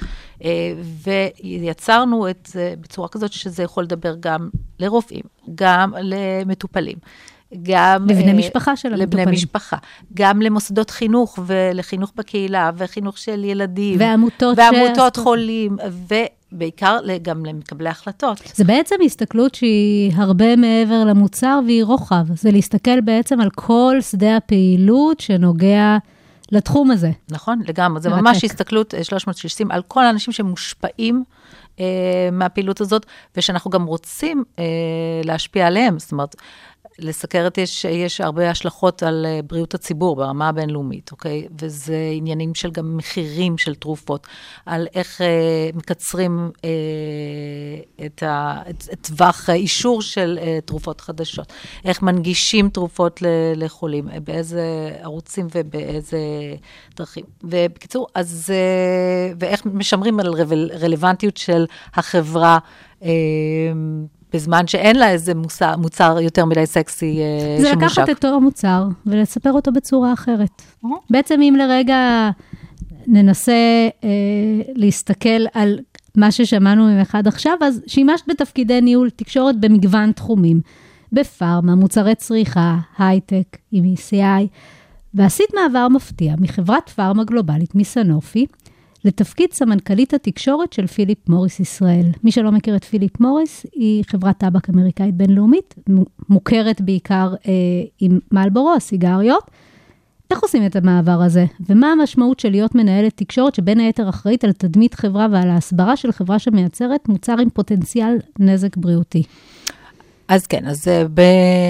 ויצרנו את זה בצורה כזאת שזה יכול לדבר גם לרופאים, גם למטופלים, גם... לבני משפחה של המטופלים. לבני משפחה, גם למוסדות חינוך ולחינוך בקהילה, וחינוך של ילדים. ועמותות. ועמותות חולים, ו... בעיקר גם למקבלי החלטות. זה בעצם הסתכלות שהיא הרבה מעבר למוצר והיא רוחב. זה להסתכל בעצם על כל שדה הפעילות שנוגע לתחום הזה. נכון, לגמרי. זה ממש הסתכלות שלוש מאות שישים על כל האנשים שמושפעים אה, מהפעילות הזאת, ושאנחנו גם רוצים אה, להשפיע עליהם. זאת אומרת, לסכרת יש, יש הרבה השלכות על בריאות הציבור ברמה הבינלאומית, אוקיי? וזה עניינים של גם מחירים של תרופות, על איך אה, מקצרים אה, את, ה, את, את טווח האישור של אה, תרופות חדשות, איך מנגישים תרופות ל, לחולים, באיזה ערוצים ובאיזה דרכים. ובקיצור, אז, אה, ואיך משמרים על רלוונטיות של החברה, אה, בזמן שאין לה איזה מוצר, מוצר יותר מדי סקסי שמושק. זה לקחת את אותו מוצר ולספר אותו בצורה אחרת. Mm-hmm. בעצם אם לרגע ננסה אה, להסתכל על מה ששמענו ממך עד עכשיו, אז שימשת בתפקידי ניהול תקשורת במגוון תחומים. בפארמה, מוצרי צריכה, הייטק, עם E C I, ועשית מעבר מפתיע מחברת פארמה גלובלית מסנופי, לתפקיד סמנכ"לית התקשורת של פיליפ מוריס ישראל. מי שלא מכיר את פיליפ מוריס, היא חברת טבק אמריקאית בינלאומית, מוכרת בעיקר אה, עם מלבורו, הסיגריות. איך עושים את המעבר הזה? ומה המשמעות של להיות מנהלת תקשורת, שבין היתר אחראית על תדמית חברה ועל ההסברה של חברה שמייצרת מוצר עם פוטנציאל נזק בריאותי? אז כן, אז ב...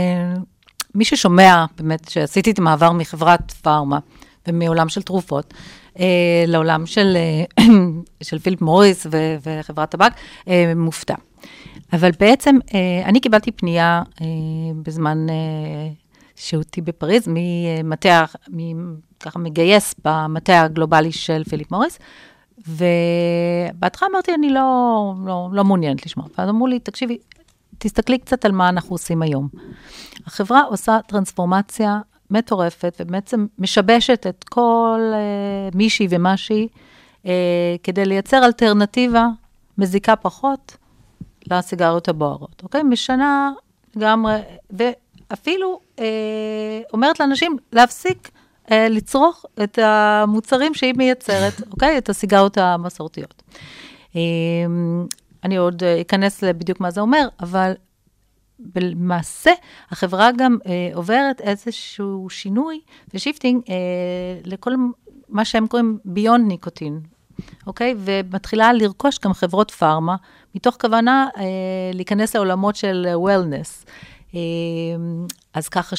מי ששומע באמת שעשיתי את המעבר מחברת פארמה ומעולם של תרופות, אה, לעולם של, אה, של פיליפ מוריס ו- וחברת טבק, אה, מופתע. אבל בעצם אה, אני קיבלתי פנייה אה, בזמן אה, שהותי בפריז, ממטה, ככה מגייס במטה הגלובלי של פיליפ מוריס, ובהתחלה אמרתי, אני לא, לא, לא מעוניינת לשמוע. ואז אמרו לי, תקשיבי, תסתכלי קצת על מה אנחנו עושים היום. החברה עושה טרנספורמציה מטורפת, ובעצם משבשת את כל uh, מישהי ומשהי, uh, כדי לייצר אלטרנטיבה מזיקה פחות לסיגריות הבוערות. אוקיי? משנה גם, ואפילו uh, אומרת לאנשים להפסיק uh, לצרוך את המוצרים שהיא מייצרת, אוקיי? את הסיגריות המסורתיות. Uh, אני עוד uh, אכנס לבדיוק מה זה אומר, אבל במעשה, החברה גם אה, עוברת איזשהו שינוי ושיפטינג אה, לכל מה שהם קוראים ביונד ניקוטין, אוקיי? ומתחילה לרכוש גם חברות פארמה, מתוך כוונה אה, להיכנס לעולמות של וולנס. אה, אז ככה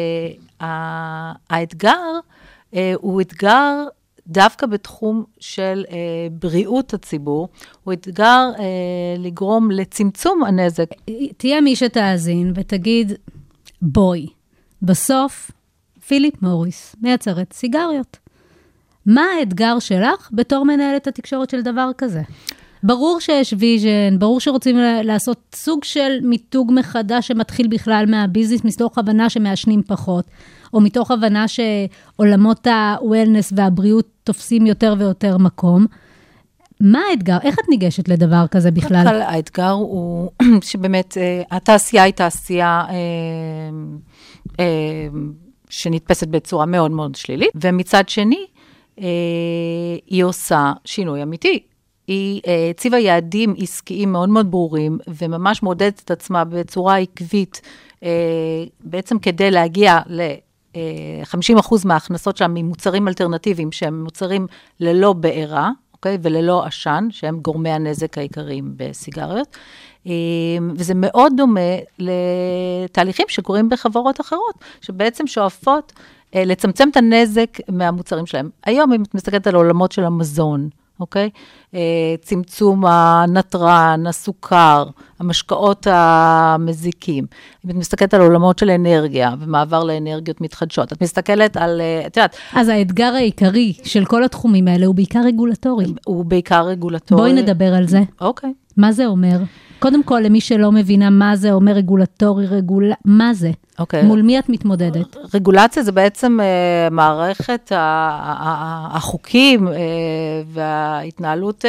שהאתגר אה, הוא אתגר דווקא בתחום של אה, בריאות הציבור, הוא אתגר אה, לגרום לצמצום הנזק. תהיה מי שתאזין ותגיד, בואי, בסוף פיליפ מוריס מייצרת סיגריות. מה האתגר שלך בתור מנהלת התקשורת של דבר כזה? ברור שיש ויז'ן, ברור שרוצים לעשות סוג של מיתוג מחדש שמתחיל בכלל מהביזנס, מתוך הבנה שמעשנים פחות, או מתוך הבנה שעולמות הוולנס והבריאות תופסים יותר ויותר מקום. מה האתגר? איך את ניגשת לדבר כזה בכלל? האתגר הוא שבאמת התעשייה היא תעשייה שנתפסת בצורה מאוד מאוד שלילית, ומצד שני היא עושה שינוי אמיתי. היא הציבה יעדים עסקיים מאוד מאוד ברורים, וממש מעודדת את עצמה בצורה עקבית, בעצם כדי להגיע ל-חמישים אחוז מההכנסות שלה ממוצרים אלטרנטיביים, שהם מוצרים ללא בעירה, אוקיי? וללא עשן, שהם גורמי הנזק העיקריים בסיגריות. וזה מאוד דומה לתהליכים שקורים בחברות אחרות, שבעצם שואפות לצמצם את הנזק מהמוצרים שלהם. היום, אם את מסתכלת על עולמות של המזון, אוקיי? צמצום הנטרן, הסוכר, המשקאות המזיקים. אם את מסתכלת על עולמות של אנרגיה, ומעבר לאנרגיות מתחדשות, את מסתכלת על, את יודעת... אז האתגר העיקרי של כל התחומים האלה הוא בעיקר רגולטורי. הוא בעיקר רגולטורי. בואי נדבר על זה. אוקיי. מה זה אומר? קודם כל, למי שלא מבינה מה זה אומר רגולטורי, רגול... מה זה? אוקיי. מול מי את מתמודדת? רגולציה זה בעצם uh, מערכת ה- ה- החוקים uh, וההתנהלות uh,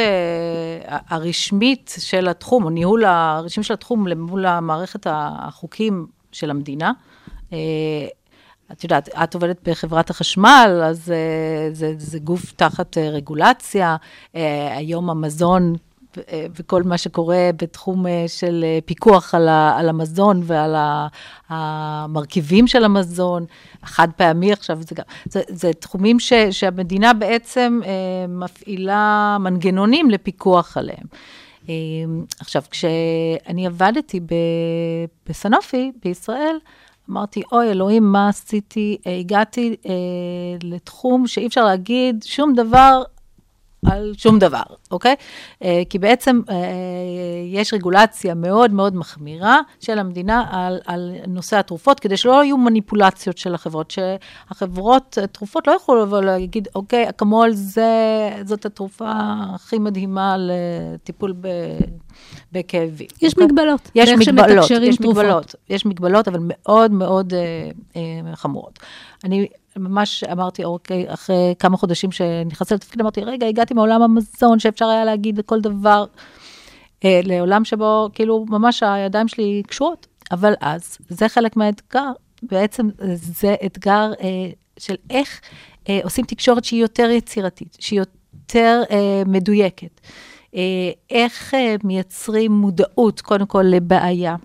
הרשמית של התחום, או ניהול הרשמי של התחום למול המערכת החוקים של המדינה. Uh, את יודעת, את עובדת בחברת החשמל, אז uh, זה, זה גוף תחת uh, רגולציה. Uh, היום המזון וכל מה שקורה בתחום של פיקוח על, ה, על המזון ועל ה, המרכיבים של המזון, החד פעמי עכשיו, זה, גם, זה, זה תחומים ש, שהמדינה בעצם אה, מפעילה מנגנונים לפיקוח עליהם. אה, עכשיו, כשאני עבדתי ב, בסנופי, בישראל, אמרתי, אוי אלוהים, מה עשיתי? הגעתי אה, לתחום שאי אפשר להגיד שום דבר, על שום דבר, אוקיי? כי בעצם יש רגולציה מאוד מאוד מחמירה של המדינה על, על נושא התרופות, כדי שלא יהיו מניפולציות של החברות, שהחברות, תרופות לא יכולו לבוא להגיד, אוקיי, אקמול זה, זאת התרופה הכי מדהימה לטיפול ב, בכאבים. יש אוקיי? מגבלות. יש מגבלות, יש תרופות. מגבלות, יש מגבלות, אבל מאוד מאוד אה, אה, חמורות. אני ממש אמרתי, אוקיי, אחרי כמה חודשים שנכנסתי לתפקיד, אמרתי, רגע, הגעתי מעולם המזון, שאפשר היה להגיד כל דבר, אה, לעולם שבו, כאילו, ממש הידיים שלי קשורות, אבל אז, זה חלק מהאתגר, בעצם זה אתגר אה, של איך אה, עושים תקשורת שהיא יותר יצירתית, שהיא יותר אה, מדויקת, אה, איך אה, מייצרים מודעות, קודם כל, לבעיה,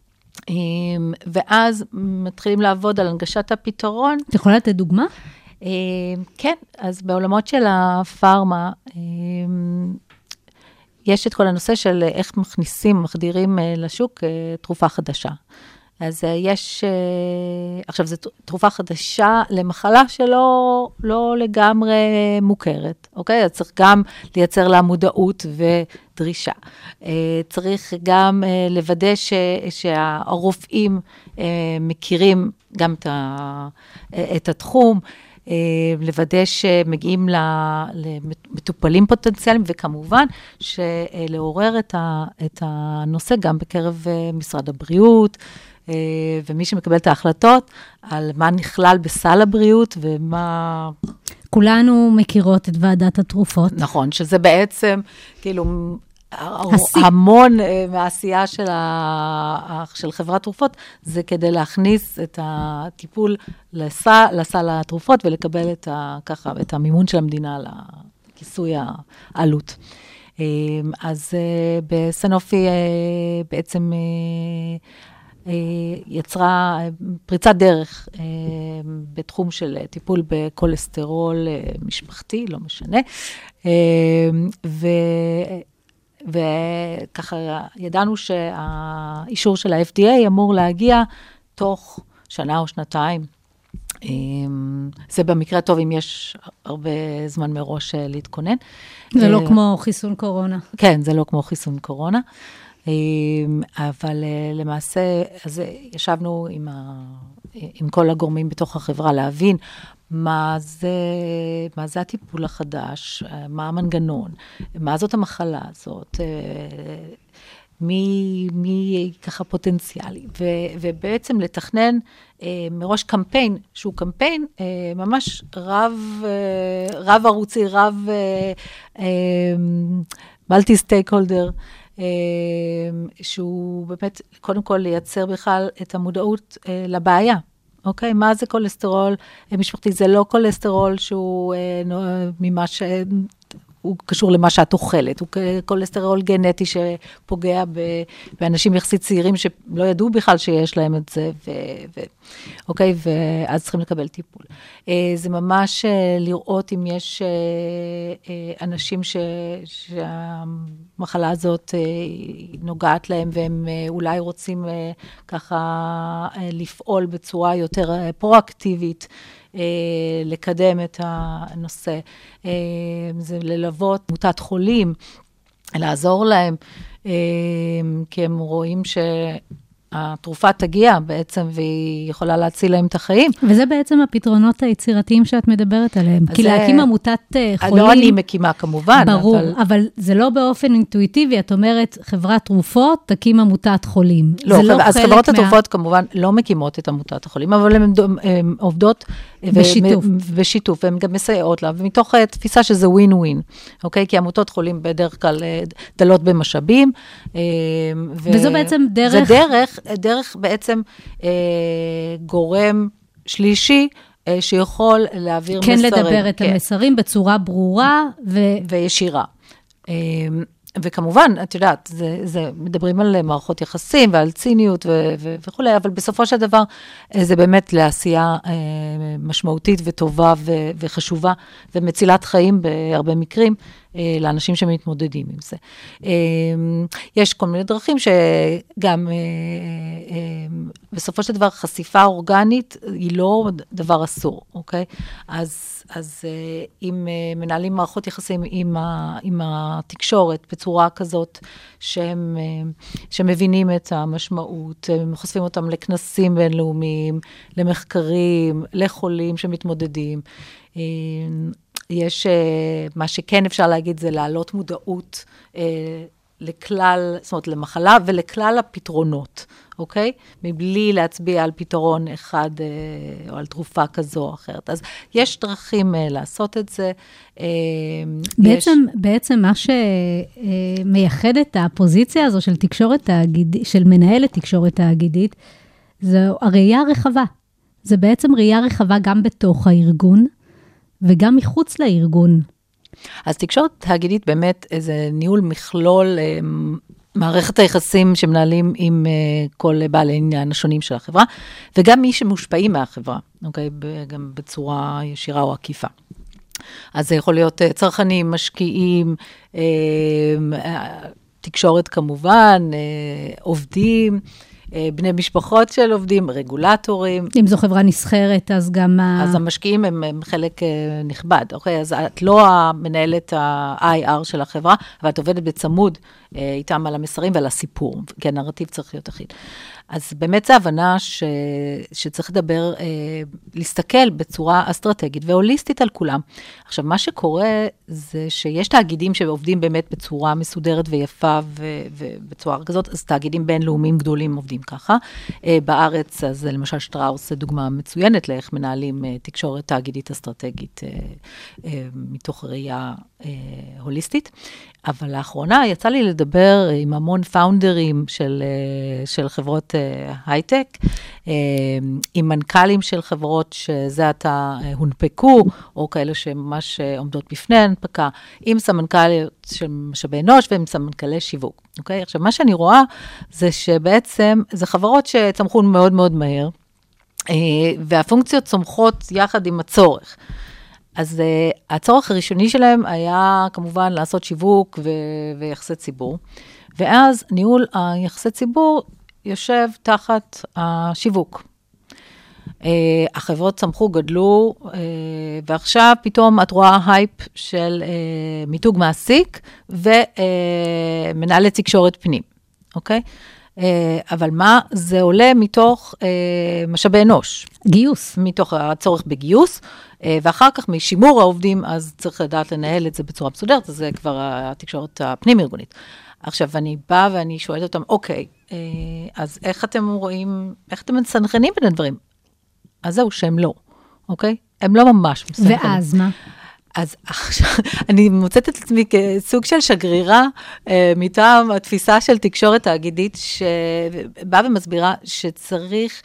ואז מתחילים לעבוד על הנגשת הפתרון. את יכולה לתת דוגמה? כן, אז בעולמות של הפארמה, יש את כל הנושא של איך מכניסים, מחדירים לשוק תרופה חדשה. אז יש, עכשיו זו תרופה חדשה למחלה שלא לא לגמרי מוכרת, אוקיי? אז צריך גם לייצר לה מודעות ודרישה. צריך גם לוודא ש, שהרופאים מכירים גם את, ה, את התחום. לוודא שמגיעים למטופלים פוטנציאליים, וכמובן שלעורר את הנושא גם בקרב משרד הבריאות, ומי שמקבל את ההחלטות על מה נכלל בסל הבריאות ומה... כולנו מכירות את ועדת התרופות. נכון, שזה בעצם כאילו המון מהעשייה של, ה... של חברת תרופות, זה כדי להכניס את הטיפול לסל, לסל התרופות ולקבל את, ה... ככה, את המימון של המדינה לכיסוי העלות. אז בסנופי בעצם... יצרה פריצת דרך בתחום של טיפול בקולסטרול משפחתי, לא משנה, וככה ידענו שהאישור של ה-אף די איי אמור להגיע תוך שנה או שנתיים. זה במקרה טוב אם יש הרבה זמן מראש להתכונן. זה לא כמו חיסון קורונה. כן, זה לא כמו חיסון קורונה. אבל למעשה, אז ישבנו עם, ה, עם כל הגורמים בתוך החברה להבין מה זה, מה זה הטיפול החדש, מה המנגנון, מה זאת המחלה הזאת, מי, מי ככה פוטנציאלי, ו, ובעצם לתכנן מראש קמפיין, שהוא קמפיין ממש רב, רב ערוצי, רב מלטי סטייק הולדר, שהוא באמת, קודם כל, לייצר בכלל את המודעות לבעיה. אוקיי? מה זה קולסטרול משפחתי? זה לא קולסטרול שהוא ממה ש... הוא קשור למה שאת אוכלת, הוא קולסטרול גנטי שפוגע באנשים יחסית צעירים שלא ידעו בכלל שיש להם את זה, ו, ו, אוקיי, ואז צריכים לקבל טיפול. זה ממש לראות אם יש אנשים ש, שהמחלה הזאת נוגעת להם, והם אולי רוצים ככה לפעול בצורה יותר פרואקטיבית, לקדם את הנושא, זה ללוות מוטת חולים, לעזור להם, כי הם רואים שהתרופה תגיע בעצם, והיא יכולה להציל להם את החיים. וזה בעצם הפתרונות היצירתיים שאת מדברת עליהם. כי להקים עמותת חולים... לא אני מקימה כמובן. ברור, אבל... אבל זה לא באופן אינטואיטיבי, את אומרת, חברת תרופות תקים עמותת חולים. לא, לא אז חברות מה... התרופות כמובן לא מקימות את עמותת החולים, אבל הן עובדות... בשיתוף. ו- בשיתוף, והן גם מסייעות לה, ומתוך תפיסה שזה ווין ווין, אוקיי? כי עמותות חולים בדרך כלל דלות במשאבים. ו- וזו בעצם דרך... זה דרך, דרך בעצם אה, גורם שלישי, אה, שיכול להעביר כן מסרים. כן לדבר את המסרים בצורה ברורה ו... וישירה. אה, וכמובן, את יודעת, זה, זה, מדברים על מערכות יחסים ועל ציניות ו, ו, וכולי, אבל בסופו של דבר, זה באמת לעשייה אה, משמעותית וטובה ו, וחשובה, ומצילת חיים בהרבה מקרים, אה, לאנשים שמתמודדים עם זה. אה, יש כל מיני דרכים שגם, אה, אה, בסופו של דבר, חשיפה אורגנית היא לא דבר אסור, אוקיי? אז, אז אה, אם אה, מנהלים מערכות יחסים עם, ה, עם התקשורת, בצורה כזאת שהם, שמבינים את המשמעות, הם חושפים אותם לכנסים בינלאומיים, למחקרים, לחולים שמתמודדים. יש, מה שכן אפשר להגיד זה להעלות מודעות לכלל, זאת אומרת, למחלה ולכלל הפתרונות, אוקיי? מבלי להצביע על פתרון אחד או על תרופה כזו או אחרת. אז יש דרכים לעשות את זה. בעצם, יש... בעצם מה שמייחד את הפוזיציה הזו של תקשורת תאגידית, של מנהלת תקשורת תאגידית, זו הראייה הרחבה. זה בעצם ראייה רחבה גם בתוך הארגון, וגם מחוץ לארגון. אז תקשורת תאגידית באמת איזה ניהול מכלול, מערכת היחסים שמנהלים עם כל בעלי העניין השונים של החברה, וגם מי שמושפעים מהחברה, אוקיי? גם בצורה ישירה או עקיפה. אז זה יכול להיות צרכנים, משקיעים, תקשורת כמובן, עובדים, בני משפחות של עובדים, רגולטורים. אם זו חברה נסחרת, אז גם... אז המשקיעים הם, הם חלק נכבד, אוקיי? אז את לא המנהלת ה-איי אר של החברה, אבל את עובדת בצמוד איתם על המסרים ועל הסיפור, כי הנרטיב צריך להיות אחיד. אז באמת זו הבנה ש... שצריך לדבר, אה, להסתכל בצורה אסטרטגית והוליסטית על כולם. עכשיו, מה שקורה זה שיש תאגידים שעובדים באמת בצורה מסודרת ויפה ו... ובצורה כזאת, אז תאגידים בינלאומיים גדולים עובדים ככה. אה, בארץ, אז למשל שטראוס, זו דוגמה מצוינת לאיך מנהלים אה, תקשורת תאגידית אסטרטגית אה, אה, מתוך ראייה אה, הוליסטית. אבל לאחרונה יצא לי לדבר עם המון פאונדרים של, של חברות הייטק, עם מנכ"לים של חברות שזה עתה הונפקו, או כאלה שממש עומדות בפני הנפקה, עם סמנכ"ליות של משאבי אנוש ועם סמנכ"לי שיווק. אוקיי? עכשיו, מה שאני רואה זה שבעצם זה חברות שצמחו מאוד מאוד מהר, והפונקציות צומחות יחד עם הצורך. אז uh, הצורך הראשוני שלהם היה כמובן לעשות שיווק ו- ויחסי ציבור, ואז ניהול היחסי ציבור יושב תחת השיווק. Uh, החברות צמחו, גדלו, uh, ועכשיו פתאום את רואה הייפ של uh, מיתוג מעסיק ומנהלי uh, תקשורת פנים, אוקיי? Uh, אבל מה? זה עולה מתוך uh, משאבי אנוש. גיוס. מתוך הצורך בגיוס, uh, ואחר כך משימור העובדים, אז צריך לדעת לנהל את זה בצורה מסודרת, אז זה כבר התקשורת הפנים-ארגונית. עכשיו, אני באה ואני שואלת אותם, אוקיי, uh, אז איך אתם רואים, איך אתם מסנכרנים בין הדברים? אז זהו, שהם לא, אוקיי? הם לא ממש מסנכרנים. ואז מה? אז עכשיו, אני מוצאת את עצמי כסוג של שגרירה, אה, מטעם התפיסה של תקשורת תאגידית, שבאה ומסבירה שצריך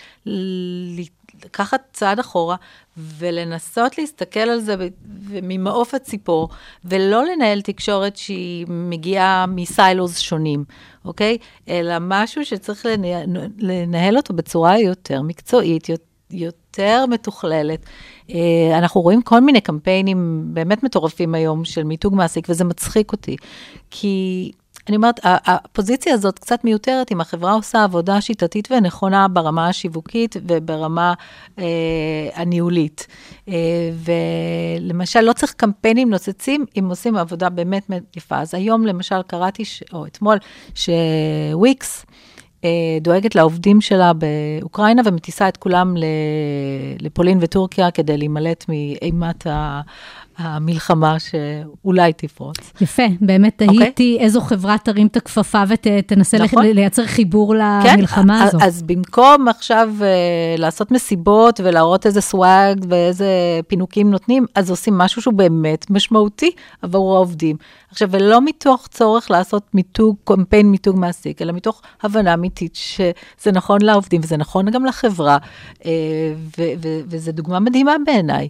לקחת צעד אחורה, ולנסות להסתכל על זה ממעוף הציפור, ולא לנהל תקשורת שהיא מגיעה מסיילוז שונים, אוקיי? אלא משהו שצריך לנהל, לנהל אותו בצורה יותר מקצועית, יותר, יותר מתוכללת. אנחנו רואים כל מיני קמפיינים באמת מטורפים היום של מיתוג מעסיק, וזה מצחיק אותי. כי אני אומרת, הפוזיציה הזאת קצת מיותרת, אם החברה עושה עבודה שיטתית ונכונה ברמה השיווקית וברמה אה, הניהולית. אה, ולמשל, לא צריך קמפיינים נוצצים, אם עושים עבודה באמת יפה. אז היום למשל קראתי, ש... או אתמול, שוויקס, דואגת לעובדים שלה באוקראינה, ומטיסה את כולם לפולין וטורקיה, כדי להימלט מאימת המלחמה שאולי תפרוץ. יפה, באמת תהיתי איזו חברה תרים את הכפפה, ותנסה לייצר חיבור למלחמה הזו. אז במקום עכשיו לעשות מסיבות, ולהראות איזה סוואג, ואיזה פינוקים נותנים, אז עושים משהו שהוא באמת משמעותי עבור העובדים. עכשיו, ולא מתוך צורך לעשות מיתוג, קמפיין מיתוג מעסיק, אלא מתוך הבנה אמיתית שזה נכון לעובדים, וזה נכון גם לחברה, וזו דוגמה מדהימה בעיניי.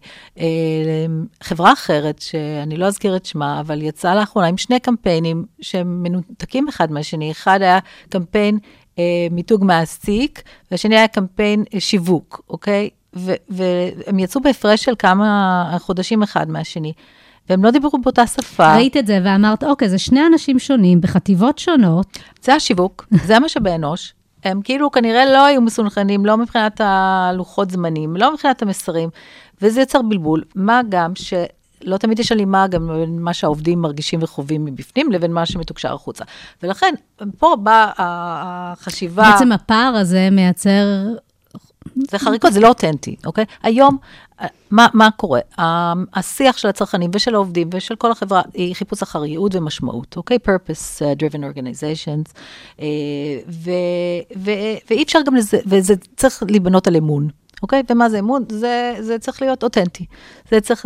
חברה אחרת, שאני לא אזכיר את שמה, אבל יצאה לאחרונה עם שני קמפיינים, שהם מנותקים אחד מהשני. אחד היה קמפיין מיתוג מעסיק, והשני היה קמפיין שיווק, אוקיי? והם יצאו בהפרש של כמה חודשים אחד מהשני. והם לא דיברו באותה שפה. ראית את זה ואמרת, אוקיי, זה שני אנשים שונים, בחטיבות שונות. זה השיווק, זה המשאבי אנוש. הם כאילו כנראה לא היו מסונכרנים, לא מבחינת הלוחות זמנים, לא מבחינת המסרים, וזה יצר בלבול. מה גם שלא תמיד יש הלימה גם בין מה שהעובדים מרגישים וחווים מבפנים, לבין מה שמתוקשר החוצה. ולכן, פה באה החשיבה... בעצם הפער הזה מייצר... זה חריקות, זה לא אותנטי, אוקיי? היום, מה, מה קורה? השיח של הצרכנים ושל העובדים ושל כל החברה, היא חיפוש אחר ייעוד ומשמעות, אוקיי? Purpose uh, driven organizations, uh, ו, ו, ואי אפשר גם לזה, וזה צריך להיבנות על אמון, אוקיי? ומה זה אמון? זה, זה צריך להיות אותנטי. זה צריך uh,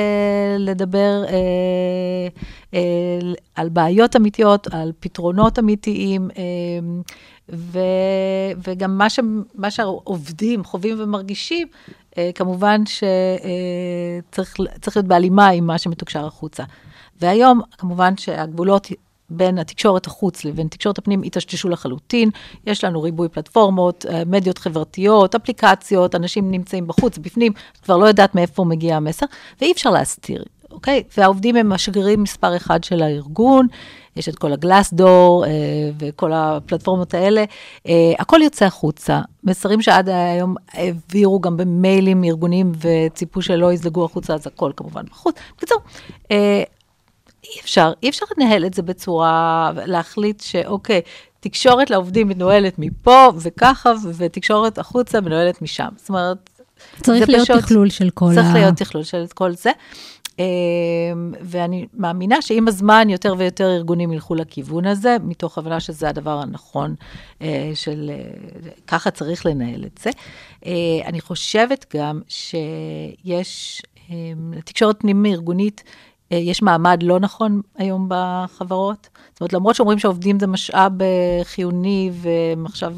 לדבר uh, uh, על בעיות אמיתיות, על פתרונות אמיתיים, uh, ו, וגם מה, ש, מה שהעובדים חווים ומרגישים, כמובן שצריך צריך להיות בהלימה עם מה שמתוקשר החוצה. והיום, כמובן שהגבולות בין התקשורת החוץ לבין תקשורת הפנים התשתשו לחלוטין. יש לנו ריבוי פלטפורמות, מדיות חברתיות, אפליקציות, אנשים נמצאים בחוץ, בפנים, כבר לא יודעת מאיפה מגיע המסר, ואי אפשר להסתיר. אוקיי? והעובדים הם השגרירים מספר אחד של הארגון, יש את כל הגלאסדור וכל הפלטפורמות האלה, הכל יוצא החוצה. מסרים שעד היום העבירו גם במיילים ארגונים וציפו שלא יזלגו החוצה, אז הכל כמובן בחוץ. בקיצור, אי אפשר, אי אפשר לנהל את זה בצורה, להחליט שאוקיי, תקשורת לעובדים מנוהלת מפה וככה, ותקשורת החוצה מנוהלת משם. זאת אומרת, צריך להיות פשוט, תכלול של כל צריך ה... צריך להיות תכלול של כל זה. ואני מאמינה שעם הזמן יותר ויותר ארגונים ילכו לכיוון הזה, מתוך הבנה שזה הדבר הנכון, של ככה צריך לנהל את זה. אני חושבת גם שיש, לתקשורת פנים ארגונית, יש מעמד לא נכון היום בחברות. זאת אומרת, למרות שאומרים שעובדים זה משאב חיוני, ועכשיו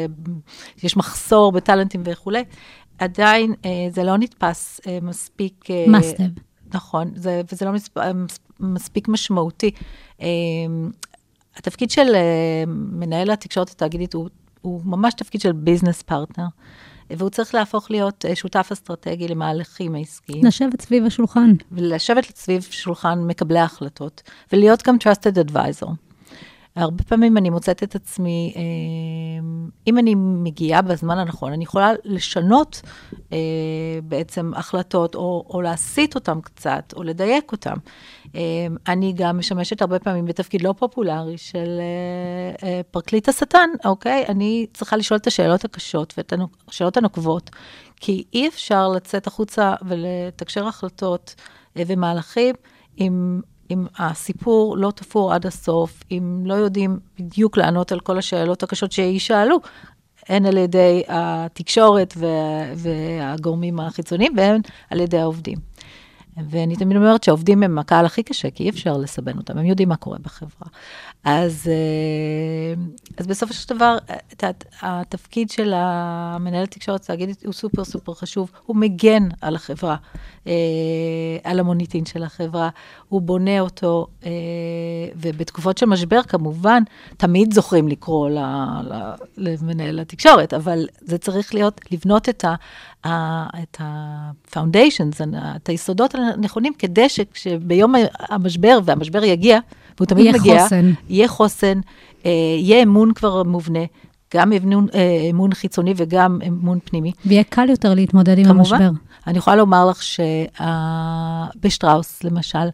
יש מחסור בטלנטים וכו', עדיין זה לא נתפס מספיק... מסטב. נכון, זה, וזה לא מספיק, מספיק משמעותי. התפקיד של מנהל התקשורת התאגידית הוא, הוא ממש תפקיד של ביזנס פרטנר, והוא צריך להפוך להיות שותף אסטרטגי למהלכים העסקיים. לשבת סביב השולחן. ולשבת סביב שולחן מקבלי ההחלטות, ולהיות גם trusted advisor. הרבה פעמים אני מוצאת את עצמי, אם אני מגיעה בזמן הנכון, אני יכולה לשנות בעצם החלטות, או, או להסיט אותם קצת, או לדייק אותם. אני גם משמשת הרבה פעמים בתפקיד לא פופולרי של פרקליט השטן, אוקיי? אני צריכה לשאול את השאלות הקשות ואת השאלות הנוקבות, כי אי אפשר לצאת החוצה ולתקשר החלטות ומהלכים עם... אם הסיפור לא תפור עד הסוף, אם לא יודעים בדיוק לענות על כל השאלות הקשות שישאלו, הן על ידי התקשורת והגורמים החיצוניים, והן על ידי העובדים. ואני תמיד אומרת שהעובדים הם הקהל הכי קשה, כי אי אפשר לסבן אותם, הם יודעים מה קורה בחברה. אז, אז בסופו של דבר, התפקיד של המנהל התקשורת התאגידית הוא סופר סופר חשוב, הוא מגן על החברה, על המוניטין של החברה, הוא בונה אותו, ובתקופות של משבר כמובן, תמיד זוכרים לקרוא למנהל התקשורת, אבל זה צריך להיות, לבנות את ה... את ה-foundations, את היסודות הנכונים, כדי שביום המשבר, והמשבר יגיע, והוא תמיד יהיה מגיע, חוסן. יהיה חוסן, יהיה אמון כבר מובנה, גם אמון, אמון חיצוני וגם אמון פנימי. ויהיה קל יותר להתמודד עם כמובן, המשבר. אני יכולה לומר לך שבשטראוס, למשל,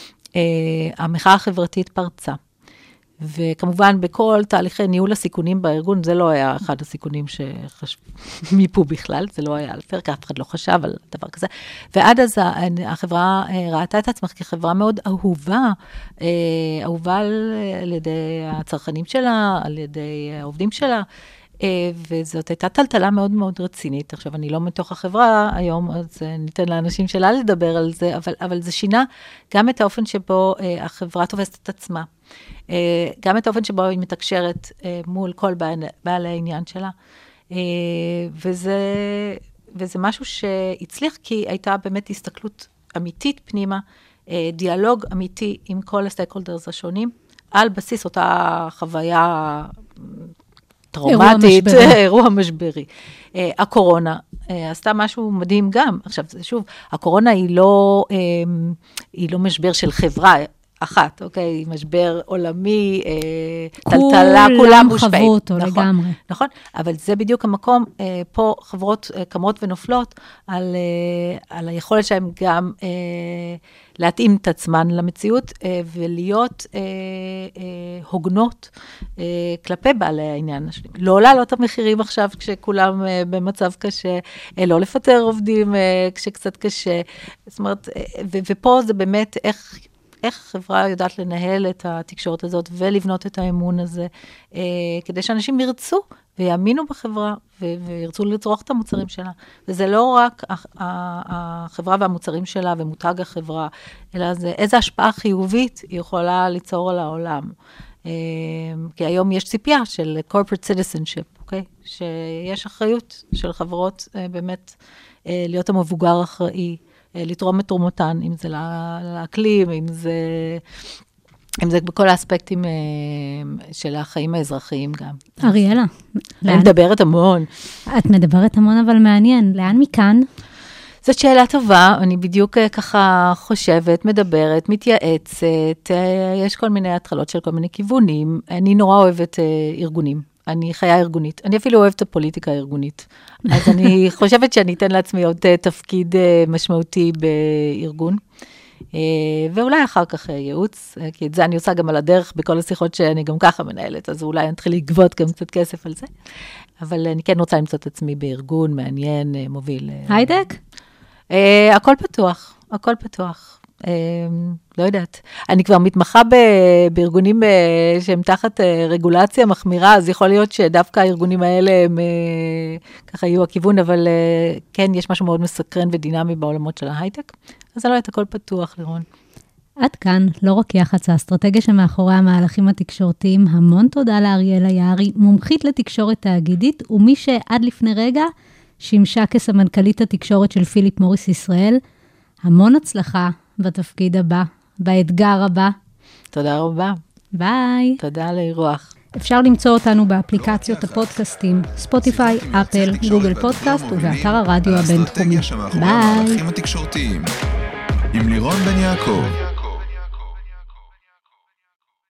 המחאה החברתית פרצה. וכמובן, בכל תהליכי ניהול הסיכונים בארגון, זה לא היה אחד הסיכונים שמיפו בכלל, זה לא היה על פרק, אף אחד לא חשב על דבר כזה. ועד אז החברה ראתה את עצמך כחברה מאוד אהובה, אהובה על ידי הצרכנים שלה, על ידי העובדים שלה, וזאת הייתה טלטלה מאוד מאוד רצינית. עכשיו, אני לא מתוך החברה היום, אז ניתן לאנשים שלה לדבר על זה, אבל, אבל זה שינה גם את האופן שבו החברה תופסת את עצמה. גם את האופן שבו היא מתקשרת מול כל בעלי העניין שלה. וזה, וזה משהו שהצליח, כי הייתה באמת הסתכלות אמיתית פנימה, דיאלוג אמיתי עם כל הסטייקהולדרס השונים, על בסיס אותה חוויה טראומטית, אירוע משברי. הקורונה עשתה משהו מדהים גם. עכשיו, שוב, הקורונה היא לא, היא לא משבר של חברה אחת, אוקיי? משבר עולמי, טלטלה, כולם מושפעים. חוו אותו לגמרי. נכון, אבל זה בדיוק המקום, פה חברות קמות ונופלות על, על היכולת שלהם גם להתאים את עצמן למציאות, ולהיות הוגנות כלפי בעלי העניין. לא לעלות את המחירים עכשיו, כשכולם במצב קשה, לא לפטר עובדים כשקצת קשה. זאת אומרת, ופה זה באמת איך... איך החברה יודעת לנהל את התקשורת הזאת, ולבנות את האמון הזה, אה, כדי שאנשים ירצו, ויאמינו בחברה, ו- וירצו לצרוך את המוצרים שלה. וזה לא רק החברה והמוצרים שלה, ומותג החברה, אלא זה איזו השפעה חיובית היא יכולה ליצור על העולם. אה, כי היום יש ציפייה של corporate citizenship, אוקיי? שיש אחריות של חברות אה, באמת אה, להיות המבוגר אחראי, לתרום את תרומותן, אם זה לאקלים, אם זה, אם זה בכל האספקטים של החיים האזרחיים גם. אריאלה. אני מדברת המון. את מדברת המון, אבל מעניין. לאן מכאן? זאת שאלה טובה, אני בדיוק ככה חושבת, מדברת, מתייעצת, יש כל מיני התחלות של כל מיני כיוונים. אני נורא אוהבת ארגונים. אני חיה ארגונית. אני אפילו אוהבת את הפוליטיקה הארגונית. אז אני חושבת שאני אתן לעצמי עוד תפקיד משמעותי בארגון. ואולי אחר כך ייעוץ, כי את זה אני עושה גם על הדרך בכל השיחות שאני גם ככה מנהלת, אז אולי אני אתחיל לגבות גם קצת כסף על זה. אבל אני כן רוצה למצוא את עצמי בארגון מעניין, מוביל. הייטק? הכל פתוח, הכל פתוח. לא יודעת. אני כבר מתמחה בארגונים שהם תחת רגולציה מחמירה, אז יכול להיות שדווקא הארגונים האלה הם ככה יהיו הכיוון, אבל כן, יש משהו מאוד מסקרן ודינמי בעולמות של ההייטק. אז אני לא יודעת, הכל פתוח, לירון. עד כאן, לא רק יח"צ, האסטרטגיה שמאחורי המהלכים התקשורתיים. המון תודה לאריאלה יערי, מומחית לתקשורת תאגידית, ומי שעד לפני רגע שימשה כסמנכ"לית התקשורת של פיליפ מוריס ישראל. המון הצלחה בתפקיד הבא, באתגר הבא. תודה רבה. ביי. תודה על האירוח. אפשר למצוא אותנו באפליקציות הפודקאסטים, ספוטיפיי, אפל, גוגל פודקאסט ובאתר הרדיו הבינתחומי. ביי. עם לירון בן יעקב.